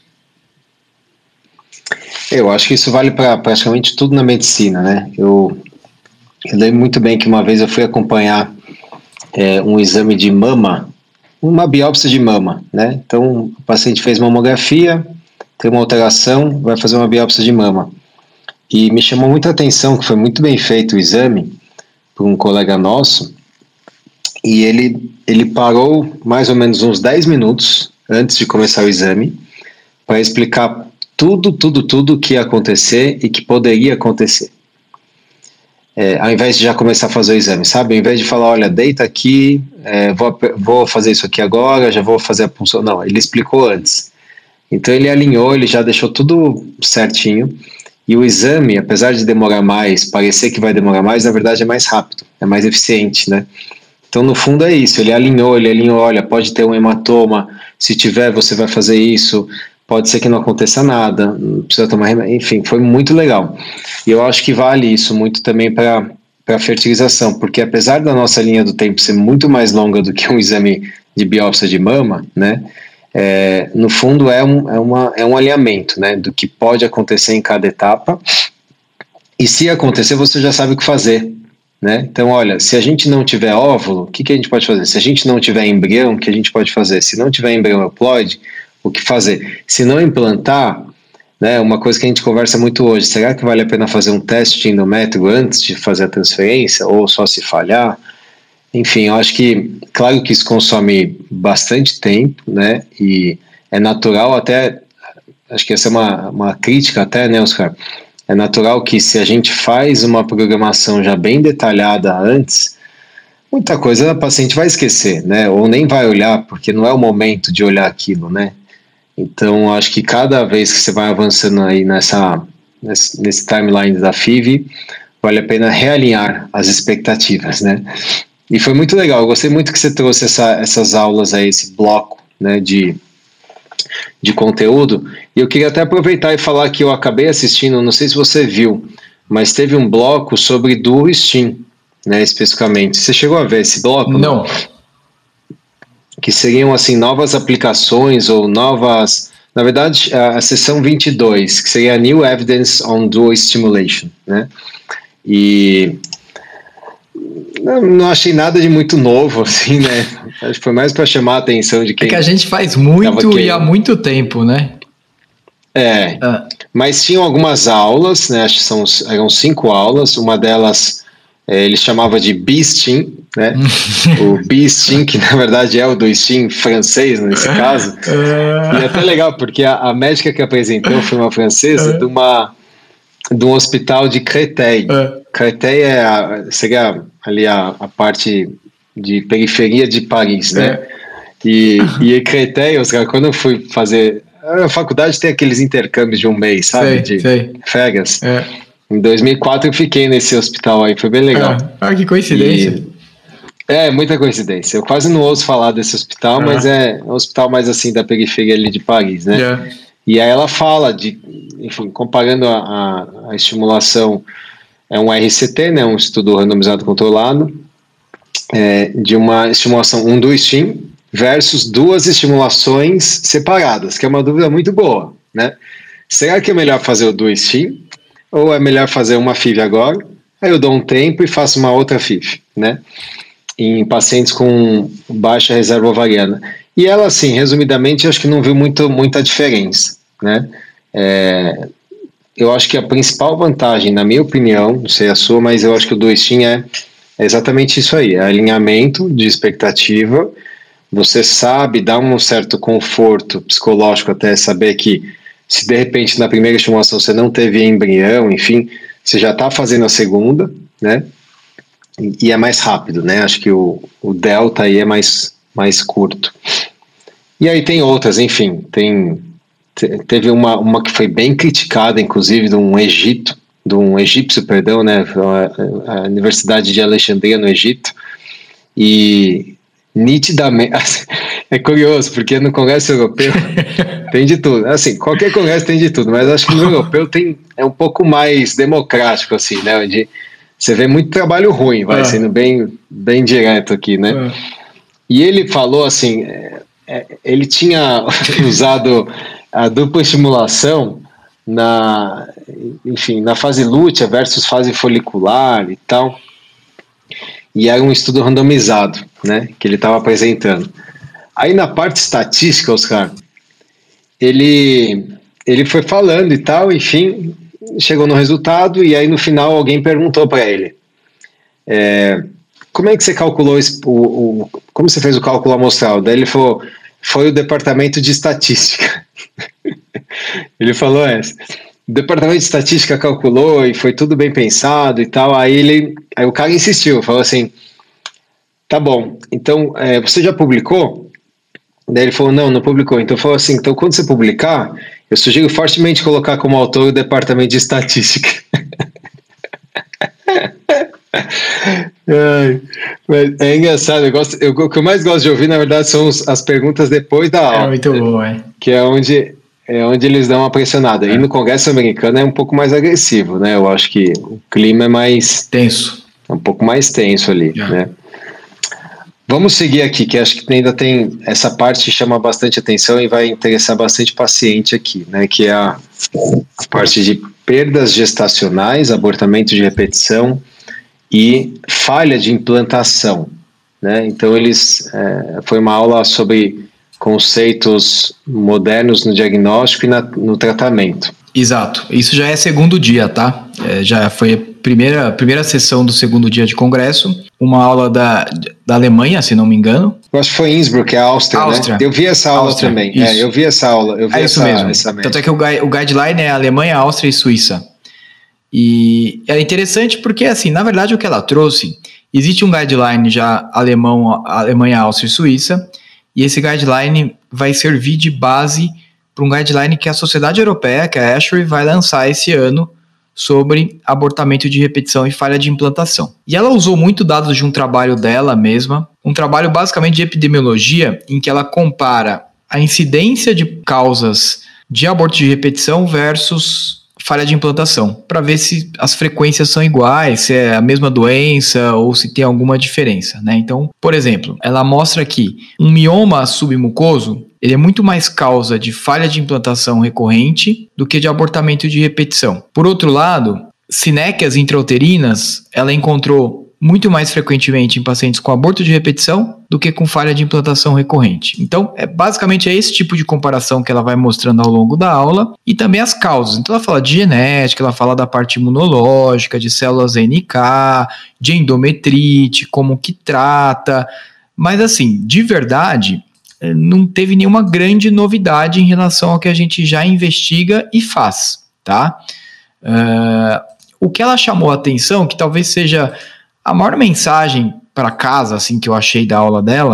Eu acho que isso vale para praticamente tudo na medicina, né? Eu, eu lembro muito bem que uma vez eu fui acompanhar É, um exame de mama, uma biópsia de mama, né? Então, o paciente fez mamografia, tem uma alteração, vai fazer uma biópsia de mama. E me chamou muita atenção que foi muito bem feito o exame por um colega nosso, e ele, ele parou mais ou menos uns dez minutos antes de começar o exame para explicar tudo, tudo, tudo o que ia acontecer e que poderia acontecer. É, ao invés de já começar a fazer o exame, sabe? Ao invés de falar, olha, deita aqui, é, vou, vou fazer isso aqui agora, já vou fazer a punção. Não, ele explicou antes. Então ele alinhou, ele já deixou tudo certinho. E o exame, apesar de demorar mais, parecer que vai demorar mais, na verdade é mais rápido, é mais eficiente, né? Então no fundo é isso, ele alinhou, ele alinhou, olha, pode ter um hematoma, se tiver você vai fazer isso, pode ser que não aconteça nada, não precisa tomar remédio, enfim, foi muito legal. E eu acho que vale isso muito também para a fertilização, porque apesar da nossa linha do tempo ser muito mais longa do que um exame de biópsia de mama, né, é, no fundo é um, é, uma, é um alinhamento, né, do que pode acontecer em cada etapa, e se acontecer você já sabe o que fazer, né? Então olha, se a gente não tiver óvulo, o que, que a gente pode fazer? Se a gente não tiver embrião, o que a gente pode fazer? Se não tiver embrião euploide, o que fazer? Se não implantar, né, uma coisa que a gente conversa muito hoje, será que vale a pena fazer um teste de endométrio antes de fazer a transferência, ou só se falhar? Enfim, eu acho que, claro que isso consome bastante tempo, né, e é natural até, acho que essa é uma, uma crítica até, né, Oscar? É natural que se a gente faz uma programação já bem detalhada antes, muita coisa a paciente vai esquecer, né, ou nem vai olhar, porque não é o momento de olhar aquilo, né. Então, acho que cada vez que você vai avançando aí nessa, nesse, nesse timeline da F I V, vale a pena realinhar as expectativas, né? E foi muito legal, eu gostei muito que você trouxe essa, essas aulas aí, esse bloco, né, de, de conteúdo. E eu queria até aproveitar e falar que eu acabei assistindo, não sei se você viu, mas teve um bloco sobre Duo-Steam, né, especificamente. Você chegou a ver esse bloco? Não. Né? Que seriam assim novas aplicações ou novas, na verdade a, a seção vinte e dois, que seria New Evidence on Dual Stimulation, né? E não, não achei nada de muito novo, assim, né? Acho que foi mais para chamar a atenção de quem... É que a gente faz muito e há muito tempo, né? É, ah. Mas tinham algumas aulas, né? Acho que são, eram cinco aulas, uma delas é, ele chamava de B-Steam, né? O B-Steam, que na verdade é o do Steam francês nesse caso. E é até legal, porque a, a médica que apresentou foi uma francesa de, uma, de um hospital de Créteil. Créteil é a, seria ali a, a parte de periferia de Paris, né? E, e Créteil, cara, quando eu fui fazer... A faculdade tem aqueles intercâmbios de um mês, sabe? Sei, de sei. férias. É. Em dois mil e quatro eu fiquei nesse hospital aí, foi bem legal. Ah, ah que coincidência. E, é, muita coincidência. Eu quase não ouço falar desse hospital, ah. mas é um hospital mais assim da periferia ali de Paris, né? Yeah. E aí ela fala de, enfim, comparando a, a, a estimulação, é um R C T, né? Um estudo randomizado controlado, é, de uma estimulação um do STEAM versus duas estimulações separadas, que é uma dúvida muito boa, né? Será que é melhor fazer o do STEAM ou é melhor fazer uma F I V agora? Aí eu dou um tempo e faço uma outra F I V, né? Em pacientes com baixa reserva ovariana. E ela, assim, resumidamente, acho que não viu muito, muita diferença, né? É, eu acho que a principal vantagem, na minha opinião, não sei a sua, mas eu acho que o do STEAM é, é exatamente isso aí, é alinhamento de expectativa. Você sabe, dá um certo conforto psicológico até saber que se de repente na primeira estimulação você não teve embrião, enfim, você já está fazendo a segunda, né? E é mais rápido, né? Acho que o, o delta aí é mais, mais curto. E aí tem outras, enfim, tem, teve uma, uma que foi bem criticada, inclusive, de um Egito, de um egípcio, perdão, né? A, a Universidade de Alexandria, no Egito, e nitidamente, é curioso, porque no Congresso Europeu tem de tudo, assim, qualquer congresso tem de tudo, mas acho que no europeu tem, é um pouco mais democrático, assim, né, onde você vê muito trabalho ruim, vai, é. sendo bem, bem direto aqui, né, é. E ele falou assim, é, é, ele tinha usado a dupla estimulação na, enfim, na fase lútea versus fase folicular e tal, e era um estudo randomizado, né, que ele estava apresentando. Aí na parte estatística, Oscar, ele, ele foi falando e tal, enfim, chegou no resultado, e aí no final alguém perguntou para ele, é, como é que você calculou esse, o, o, como você fez o cálculo amostral? Daí ele falou, foi o departamento de estatística. Ele falou essa. O departamento de estatística calculou e foi tudo bem pensado e tal. Aí, ele, aí o cara insistiu, falou assim, tá bom, então é, você já publicou? Daí ele falou, não, não publicou. Então falou assim, então quando você publicar, eu sugiro fortemente colocar como autor o departamento de estatística. Ai, mas é engraçado, eu gosto, eu, o que eu mais gosto de ouvir, na verdade, são os, as perguntas depois da aula. É muito bom, é. Que é onde... é onde eles dão uma pressionada. É. E no Congresso americano é um pouco mais agressivo, né? Eu acho que o clima é mais... tenso. É um pouco mais tenso ali, é. né? Vamos seguir aqui, que acho que ainda tem... essa parte chama bastante atenção e vai interessar bastante paciente aqui, né? Que é a, a parte de perdas gestacionais, abortamento de repetição e falha de implantação, né? Então, eles... É, foi uma aula sobre... conceitos modernos no diagnóstico e na, no tratamento. Exato, isso já é segundo dia, tá? É, já foi a primeira, primeira sessão do segundo dia de congresso, uma aula da, da Alemanha, se não me engano. Eu acho que foi Innsbruck, é a Áustria, Áustria. né? Eu vi essa aula Áustria, também, é, eu vi essa aula. Eu vi é essa, isso mesmo, essa tanto é que o, o guideline é Alemanha, Áustria e Suíça. E é interessante porque, assim, na verdade o que ela trouxe, existe um guideline já alemão, Alemanha, Áustria e Suíça, e esse guideline vai servir de base para um guideline que a Sociedade Europeia, que é a ASHRAE, vai lançar esse ano sobre abortamento de repetição e falha de implantação. E ela usou muito dados de um trabalho dela mesma, um trabalho basicamente de epidemiologia, em que ela compara a incidência de causas de aborto de repetição versus falha de implantação, para ver se as frequências são iguais, se é a mesma doença ou se tem alguma diferença, né? Então, por exemplo, ela mostra que um mioma submucoso, ele é muito mais causa de falha de implantação recorrente do que de abortamento de repetição. Por outro lado, sinéquias intrauterinas, ela encontrou muito mais frequentemente em pacientes com aborto de repetição do que com falha de implantação recorrente. Então, é, basicamente é esse tipo de comparação que ela vai mostrando ao longo da aula e também as causas. Então, ela fala de genética, ela fala da parte imunológica, de células N K, de endometrite, como que trata, mas assim, de verdade, não teve nenhuma grande novidade em relação ao que a gente já investiga e faz, tá? Uh, o que ela chamou a atenção, que talvez seja a maior mensagem para casa, assim, que eu achei da aula dela,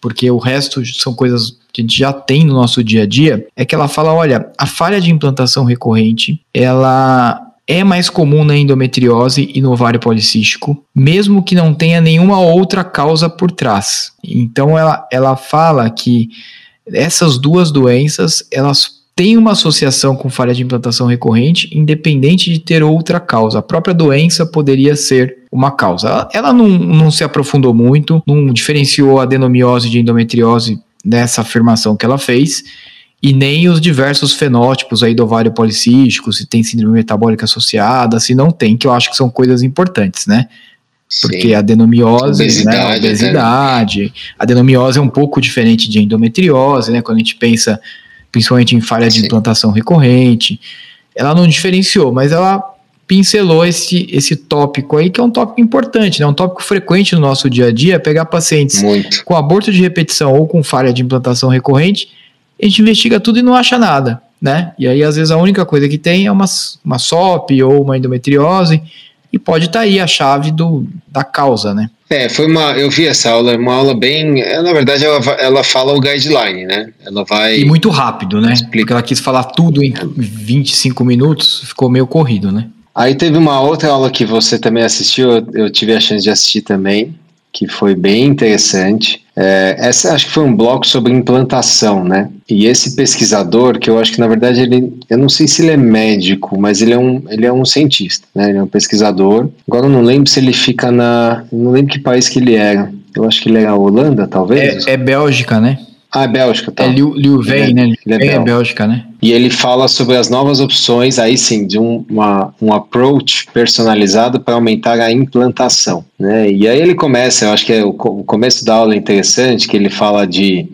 porque o resto são coisas que a gente já tem no nosso dia a dia, é que ela fala, olha, a falha de implantação recorrente, ela é mais comum na endometriose e no ovário policístico, mesmo que não tenha nenhuma outra causa por trás. Então ela, ela fala que essas duas doenças, elas têm uma associação com falha de implantação recorrente, independente de ter outra causa. A própria doença poderia ser uma causa. Ela, ela não, não se aprofundou muito, não diferenciou a adenomiose de endometriose nessa afirmação que ela fez, e nem os diversos fenótipos aí do ovário policístico, se tem síndrome metabólica associada, se não tem, que eu acho que são coisas importantes, né? Porque a adenomiose, obesidade, né, obesidade, né? A adenomiose é um pouco diferente de endometriose, né? Quando a gente pensa principalmente em falha de Sim. implantação recorrente, ela não diferenciou, mas ela pincelou esse, esse tópico aí, que é um tópico importante, né? Um tópico frequente no nosso dia a dia, pegar pacientes Muito. com aborto de repetição ou com falha de implantação recorrente, a gente investiga tudo e não acha nada, né? E aí, às vezes, a única coisa que tem é uma, uma S O P ou uma endometriose, e pode estar aí a chave do, da causa, né? É, foi uma, eu vi essa aula, uma aula bem, na verdade ela, ela fala o guideline, né? Ela vai... E muito rápido, né? Explica. Porque ela quis falar tudo em vinte e cinco minutos, ficou meio corrido, né? Aí teve uma outra aula que você também assistiu, eu, eu tive a chance de assistir também, que foi bem interessante. É, essa acho que foi um bloco sobre implantação, né? E esse pesquisador, que eu acho que na verdade ele, eu não sei se ele é médico, mas ele é um, ele é um cientista, né? Ele é um pesquisador. Agora eu não lembro se ele fica na, eu não lembro que país que ele era. Eu acho que ele era a Holanda, talvez. É, é Bélgica, né? Ah, é Bélgica, tá. É Leuven, né? Ele é, é Bélgica, né? E ele fala sobre as novas opções, aí sim, de um, uma, um approach personalizado para aumentar a implantação, né? E aí ele começa, eu acho que é o, o começo da aula é interessante, que ele fala de,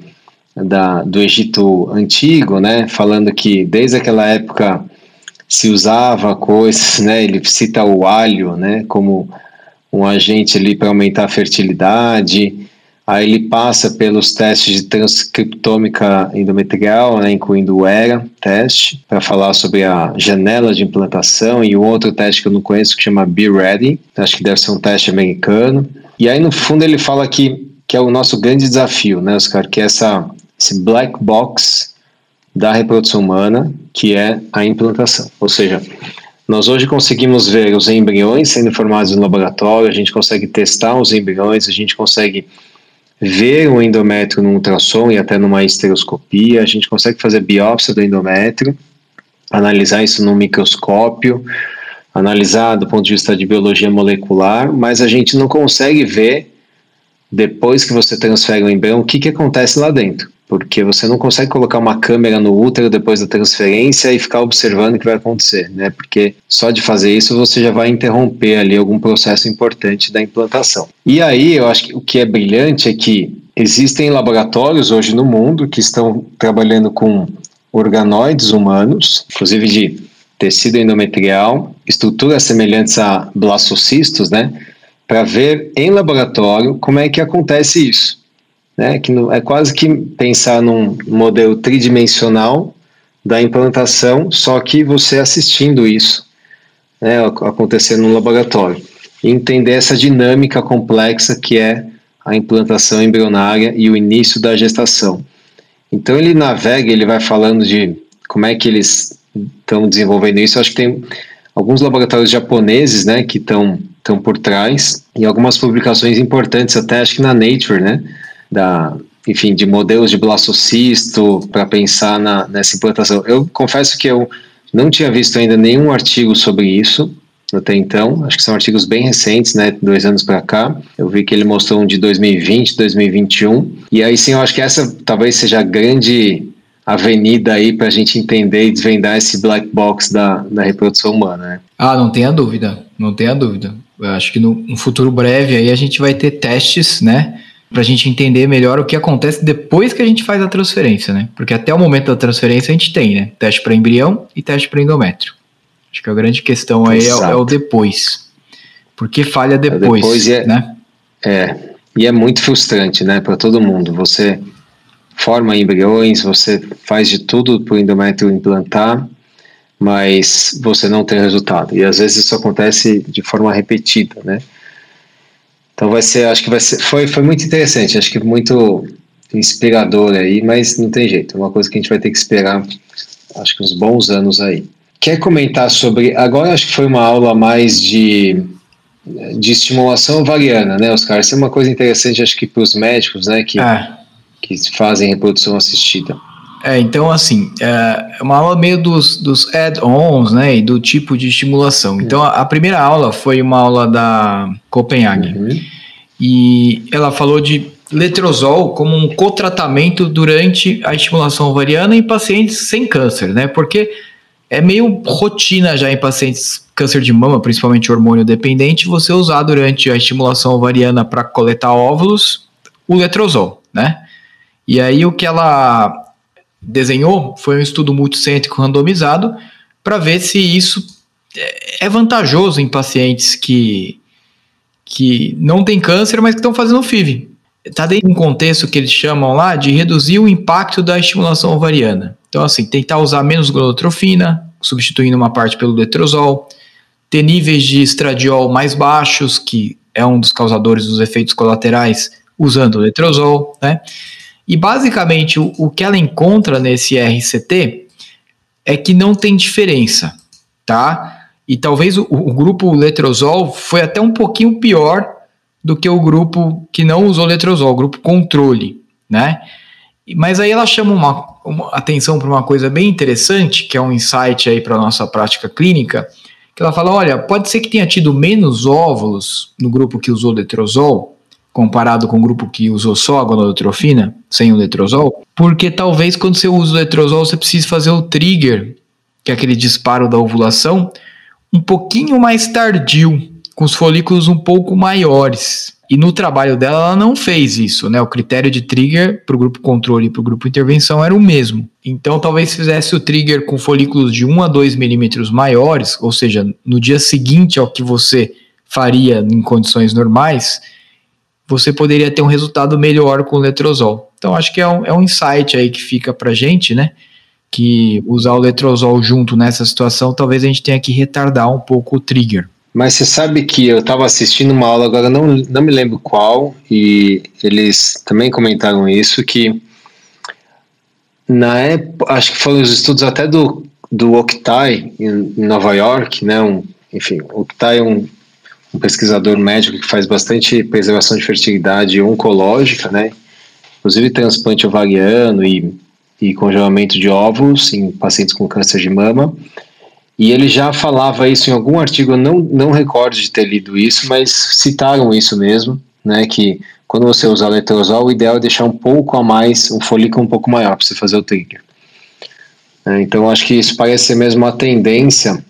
da, do Egito Antigo, né? Falando que desde aquela época se usava coisas, né? Ele cita o alho, né? Como um agente ali para aumentar a fertilidade. Aí ele passa pelos testes de transcriptômica endometrial, né, incluindo o E R A teste, para falar sobre a janela de implantação, e um outro teste que eu não conheço que chama Be Ready, acho que deve ser um teste americano. E aí no fundo ele fala que, que é o nosso grande desafio, né, Oscar, que é essa, esse black box da reprodução humana, que é a implantação. Ou seja, nós hoje conseguimos ver os embriões sendo formados no laboratório, a gente consegue testar os embriões, a gente consegue ver o endométrio no ultrassom e até numa histeroscopia, a gente consegue fazer biópsia do endométrio, analisar isso no microscópio, analisar do ponto de vista de biologia molecular, mas a gente não consegue ver, depois que você transfere o embrião, o que, que acontece lá dentro, porque você não consegue colocar uma câmera no útero depois da transferência e ficar observando o que vai acontecer, né? Porque só de fazer isso você já vai interromper ali algum processo importante da implantação. E aí eu acho que o que é brilhante é que existem laboratórios hoje no mundo que estão trabalhando com organoides humanos, inclusive de tecido endometrial, estruturas semelhantes a blastocistos, né? Para ver em laboratório como é que acontece isso. Né, que é quase que pensar num modelo tridimensional da implantação, só que você assistindo isso, né, acontecendo no laboratório, e entender essa dinâmica complexa que é a implantação embrionária e o início da gestação. Então ele navega, ele vai falando de como é que eles estão desenvolvendo isso. Eu acho que tem alguns laboratórios japoneses, né, que estão estão por trás, e algumas publicações importantes, até acho que na Nature, né, da, enfim, de modelos de blastocisto para pensar na, nessa implantação. Eu confesso que eu não tinha visto ainda nenhum artigo sobre isso até então, acho que são artigos bem recentes, né, dois anos para cá. Eu vi que ele mostrou um de dois mil e vinte, dois mil e vinte e um, e aí sim eu acho que essa talvez seja a grande avenida aí para a gente entender e desvendar esse black box da, da reprodução humana, né? Ah, não tenha dúvida, não tenha dúvida. Eu acho que no, no futuro breve aí a gente vai ter testes, né, para a gente entender melhor o que acontece depois que a gente faz a transferência, né? Porque até o momento da transferência a gente tem, né? Teste para embrião e teste para endométrio. Acho que a grande questão aí é, é o depois. Por que falha depois, depois é, né? É, e é muito frustrante, né, para todo mundo. Você forma embriões, você faz de tudo para o endométrio implantar, mas você não tem resultado. E às vezes isso acontece de forma repetida, né? Então vai ser, acho que vai ser, foi, foi muito interessante, acho que muito, inspirador aí, mas não tem jeito, é uma coisa que a gente vai ter que esperar, acho que uns bons anos aí. Quer comentar sobre, agora acho que foi uma aula mais de, de estimulação ovariana, né, Oscar? Isso é uma coisa interessante, acho que para os médicos, né, que, é. que fazem reprodução assistida. É, então assim, é uma aula meio dos, dos add-ons, né, e do tipo de estimulação. Então a, a primeira aula foi uma aula da Copenhague, uhum. e ela falou de letrozol como um cotratamento durante a estimulação ovariana em pacientes sem câncer, né, porque é meio rotina já em pacientes câncer de mama, principalmente hormônio dependente, você usar durante a estimulação ovariana para coletar óvulos o letrozol, né? E aí o que ela desenhou foi um estudo multicêntrico randomizado para ver se isso é vantajoso em pacientes que, que não têm câncer, mas que estão fazendo F I V. Está dentro de um contexto que eles chamam lá de reduzir o impacto da estimulação ovariana. Então, assim, tentar usar menos gonotrofina, substituindo uma parte pelo letrozol, ter níveis de estradiol mais baixos, que é um dos causadores dos efeitos colaterais, usando o letrozol, né? E, basicamente, o, o que ela encontra nesse R C T é que não tem diferença, tá? E talvez o, o grupo letrozol foi até um pouquinho pior do que o grupo que não usou letrozol, o grupo controle, né? Mas aí ela chama uma, uma atenção para uma coisa bem interessante, que é um insight aí para a nossa prática clínica, que ela fala, olha, pode ser que tenha tido menos óvulos no grupo que usou letrozol, comparado com o grupo que usou só a gonotrofina, sem o letrozol, porque talvez quando você usa o letrozol você precise fazer o trigger, que é aquele disparo da ovulação, um pouquinho mais tardio, com os folículos um pouco maiores. E no trabalho dela, ela não fez isso, né? O critério de trigger para o grupo controle e para o grupo intervenção era o mesmo. Então, talvez fizesse o trigger com folículos de um a dois milímetros maiores, ou seja, no dia seguinte ao que você faria em condições normais, você poderia ter um resultado melhor com o letrozol. Então, acho que é um, é um insight aí que fica para a gente, né? Que usar o letrozol junto nessa situação, talvez a gente tenha que retardar um pouco o trigger. Mas você sabe que eu estava assistindo uma aula, agora não, não me lembro qual, e eles também comentaram isso, que na época, acho que foram os estudos até do, do Oktay, em Nova York, né, um, enfim, o Oktay é um, um pesquisador médico que faz bastante preservação de fertilidade oncológica, né, inclusive transplante ovariano e, e congelamento de óvulos em pacientes com câncer de mama. E ele já falava isso em algum artigo, eu não, não recordo de ter lido isso, mas citaram isso mesmo, né, que quando você usa letrozol, o ideal é deixar um pouco a mais, um folículo um pouco maior para você fazer o trigger. É, então, acho que isso parece ser mesmo uma tendência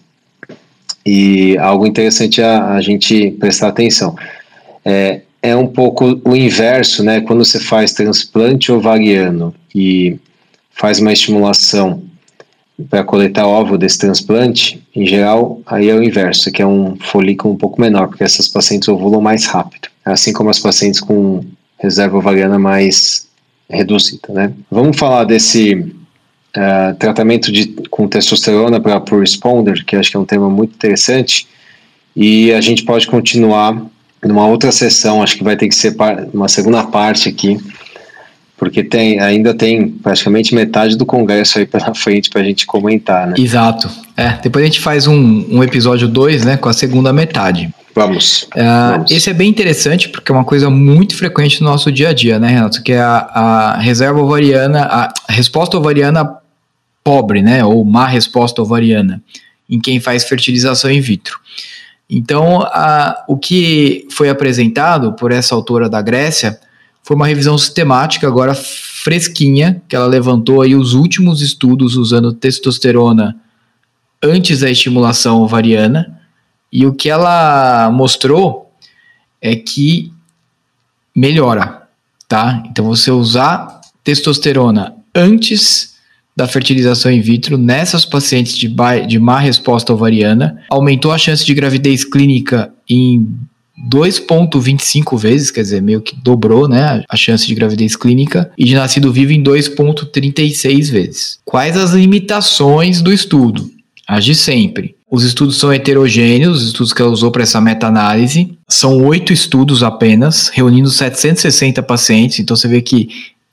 e algo interessante a, a gente prestar atenção. É, é um pouco o inverso, né, quando você faz transplante ovariano e faz uma estimulação para coletar óvulo desse transplante, em geral, aí é o inverso, que é um folículo um pouco menor, porque essas pacientes ovulam mais rápido, assim como as pacientes com reserva ovariana mais reduzida, né? Vamos falar desse uh, tratamento de, com testosterona para pro responder, que acho que é um tema muito interessante, e a gente pode continuar numa outra sessão, acho que vai ter que ser par- uma segunda parte aqui, porque tem, ainda tem praticamente metade do congresso aí pela frente para a gente comentar, né? Exato. É, depois a gente faz um, um episódio dois, né, com a segunda metade. Vamos, uh, vamos. Esse é bem interessante porque é uma coisa muito frequente no nosso dia a dia, né, Renato? Que é a, a reserva ovariana, a resposta ovariana pobre, né, ou má resposta ovariana, em quem faz fertilização in vitro. Então, a, o que foi apresentado por essa autora da Grécia foi uma revisão sistemática, agora fresquinha, que ela levantou aí os últimos estudos usando testosterona antes da estimulação ovariana, e o que ela mostrou é que melhora, tá? Então, você usar testosterona antes da fertilização in vitro nessas pacientes de, ba- de má resposta ovariana aumentou a chance de gravidez clínica em dois vírgula vinte e cinco vezes, quer dizer, meio que dobrou, né, a chance de gravidez clínica, e de nascido vivo em dois vírgula trinta e seis vezes. Quais as limitações do estudo? As de sempre. Os estudos são heterogêneos, os estudos que ela usou para essa meta-análise. São oito estudos apenas, reunindo setecentos e sessenta pacientes, então você vê que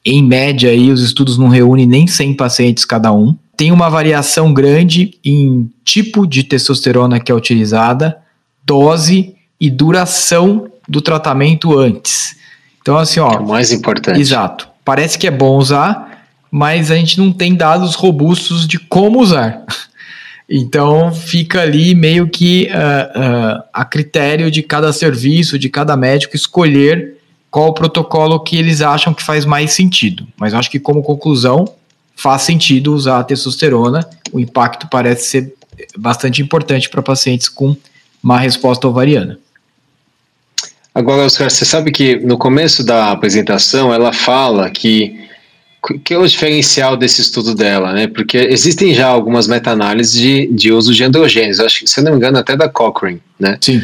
em média, aí, os estudos não reúnem nem cem pacientes cada um. Tem uma variação grande em tipo de testosterona que é utilizada, dose e duração do tratamento antes. Então, assim, ó... É o mais importante. Exato. Parece que é bom usar, mas a gente não tem dados robustos de como usar. Então, fica ali meio que uh, uh, a critério de cada serviço, de cada médico, escolher qual o protocolo que eles acham que faz mais sentido. Mas eu acho que, como conclusão, faz sentido usar a testosterona. O impacto parece ser bastante importante para pacientes com má resposta ovariana. Agora, Oscar, você sabe que no começo da apresentação ela fala que que é o diferencial desse estudo dela, né? Porque existem já algumas meta-análises de, de uso de androgênios, acho que, se eu não me engano, até da Cochrane, né? Sim.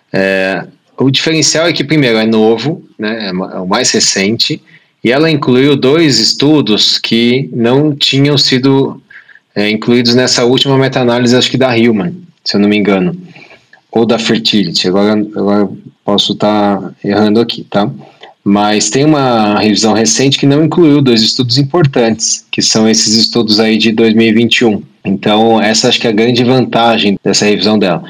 É, o diferencial é que, primeiro, é novo, né? É o mais recente, e ela incluiu dois estudos que não tinham sido é, incluídos nessa última meta-análise, acho que da Human, se eu não me engano, ou da Fertility, agora, agora posso estar errando aqui, tá? Mas tem uma revisão recente que não incluiu dois estudos importantes, que são esses estudos aí de dois mil e vinte e um. Então, essa acho que é a grande vantagem dessa revisão dela.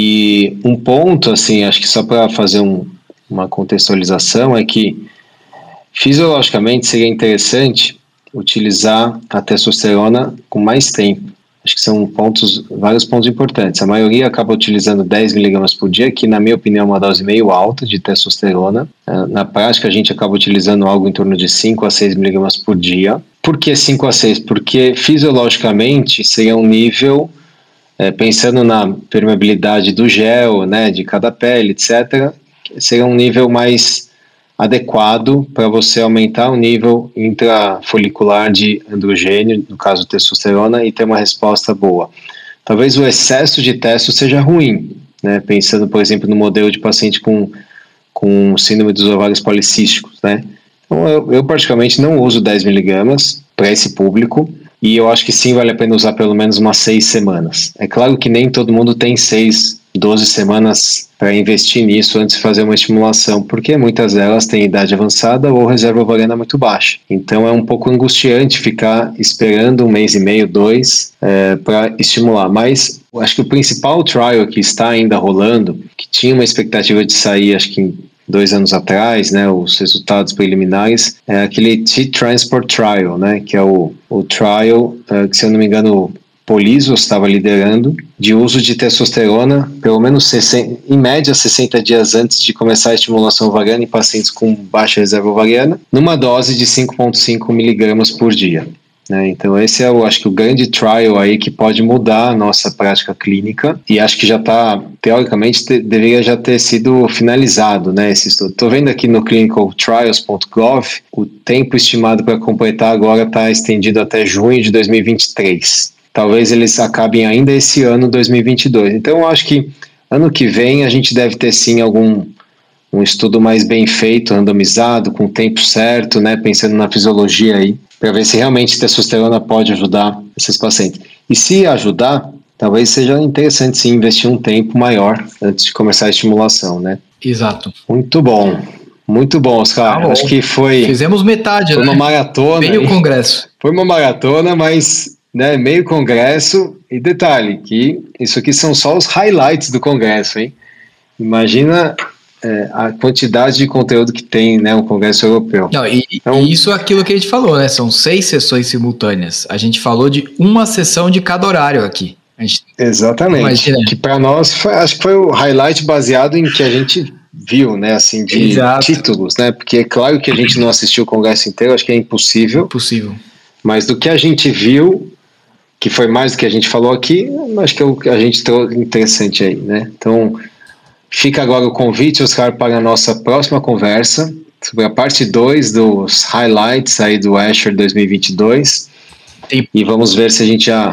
E um ponto, assim, acho que só para fazer um, uma contextualização, é que fisiologicamente seria interessante utilizar a testosterona com mais tempo. Acho que são pontos, vários pontos importantes. A maioria acaba utilizando dez miligramas por dia, que na minha opinião é uma dose meio alta de testosterona. Na prática a gente acaba utilizando algo em torno de cinco a seis miligramas por dia. Por que cinco a seis? Porque fisiologicamente seria um nível, é, pensando na permeabilidade do gel, né, de cada pele, etcétera, seria um nível mais adequado para você aumentar o nível intrafolicular de androgênio, no caso testosterona, e ter uma resposta boa. Talvez o excesso de testo seja ruim, né? Pensando, por exemplo, no modelo de paciente com, com síndrome dos ovários policísticos, né? Então, eu, eu praticamente não uso dez miligramas para esse público, e eu acho que sim, vale a pena usar pelo menos umas seis semanas. É claro que nem todo mundo tem seis, doze semanas para investir nisso antes de fazer uma estimulação, porque muitas delas têm idade avançada ou reserva ovariana muito baixa. Então é um pouco angustiante ficar esperando um mês e meio, dois, é, para estimular. Mas acho que o principal trial que está ainda rolando, que tinha uma expectativa de sair, acho que em dois anos atrás, né, os resultados preliminares, é aquele T-Transport Trial, né, que é o, o trial, é, que se eu não me engano, Poliso estava liderando, de uso de testosterona, pelo menos sessenta, em média sessenta dias antes de começar a estimulação ovariana em pacientes com baixa reserva ovariana, numa dose de cinco vírgula cinco miligramas por dia. Né? Então esse é, eu acho que o grande trial aí que pode mudar a nossa prática clínica, e acho que já está, teoricamente, te, deveria já ter sido finalizado, né, esse estudo. Estou vendo aqui no clinical trials ponto gov, o tempo estimado para completar agora está estendido até junho de dois mil e vinte e três. Talvez eles acabem ainda esse ano, dois mil e vinte e dois. Então, eu acho que ano que vem a gente deve ter, sim, algum um estudo mais bem feito, randomizado, com o tempo certo, né, pensando na fisiologia aí, para ver se realmente testosterona pode ajudar esses pacientes. E se ajudar, talvez seja interessante, sim, investir um tempo maior antes de começar a estimulação, né? Exato. Muito bom. Muito bom, Oscar. Tá bom. Acho que foi... Fizemos metade, foi né? uma maratona. Meio congresso. Foi uma maratona, mas... né, meio congresso, e detalhe, que isso aqui são só os highlights do congresso, hein? Imagina é, a quantidade de conteúdo que tem, né, o congresso europeu. Não, e, então, e isso é aquilo que a gente falou, né? São seis sessões simultâneas. A gente falou de uma sessão de cada horário aqui. A gente, exatamente. Imagina. Que para nós, foi, acho que foi o highlight baseado em que a gente viu, né, assim, de Exato. títulos, né? Porque é claro que a gente não assistiu o congresso inteiro, acho que é impossível. Impossível. Mas do que a gente viu, que foi mais do que a gente falou aqui, acho que é o que a gente trouxe interessante aí, né? Então, fica agora o convite, Oscar, para a nossa próxima conversa, sobre a parte dois dos highlights aí do Asher dois mil e vinte e dois. Sim. E vamos ver se a gente já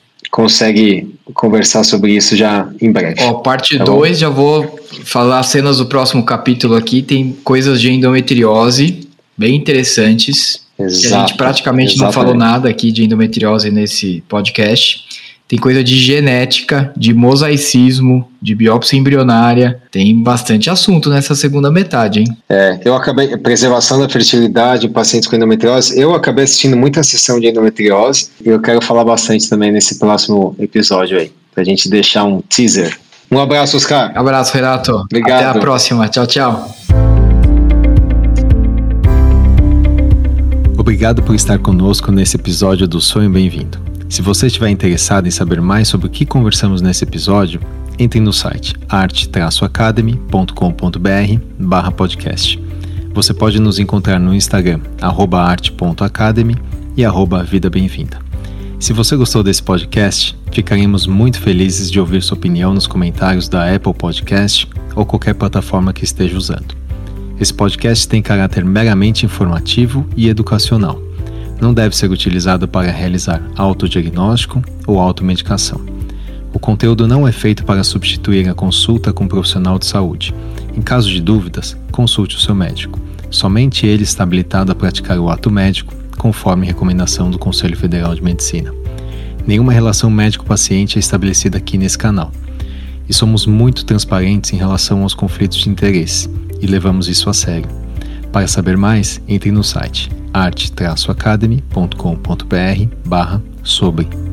consegue conversar sobre isso já em breve. Ó, parte dois, tá, já vou falar cenas do próximo capítulo aqui, tem coisas de endometriose bem interessantes. Exato, a gente praticamente exatamente. não falou nada aqui de endometriose nesse podcast. tem coisa de genética, de mosaicismo, de biópsia embrionária, tem bastante assunto nessa segunda metade, hein? É, eu acabei, preservação da fertilidade em pacientes com endometriose, eu acabei assistindo muita sessão de endometriose e eu quero falar bastante também nesse próximo episódio aí, pra gente deixar um teaser. Um abraço, Oscar. Abraço, Renato. Obrigado. Até a próxima. Tchau, tchau. Obrigado por estar conosco nesse episódio do Sonho Bem-vindo. Se você estiver interessado em saber mais sobre o que conversamos nesse episódio, entre no site arte academy ponto com ponto b r barra podcast. Você pode nos encontrar no Instagram, arroba arte ponto academy e arroba vida bem-vinda. Se você gostou desse podcast, ficaremos muito felizes de ouvir sua opinião nos comentários da Apple Podcast ou qualquer plataforma que esteja usando. Esse podcast tem caráter meramente informativo e educacional. Não deve ser utilizado para realizar autodiagnóstico ou automedicação. O conteúdo não é feito para substituir a consulta com um profissional de saúde. Em caso de dúvidas, consulte o seu médico. Somente ele está habilitado a praticar o ato médico, conforme recomendação do Conselho Federal de Medicina. Nenhuma relação médico-paciente é estabelecida aqui nesse canal. E somos muito transparentes em relação aos conflitos de interesse, e levamos isso a sério. Para saber mais, entre no site arte academy ponto com ponto b r barra sobre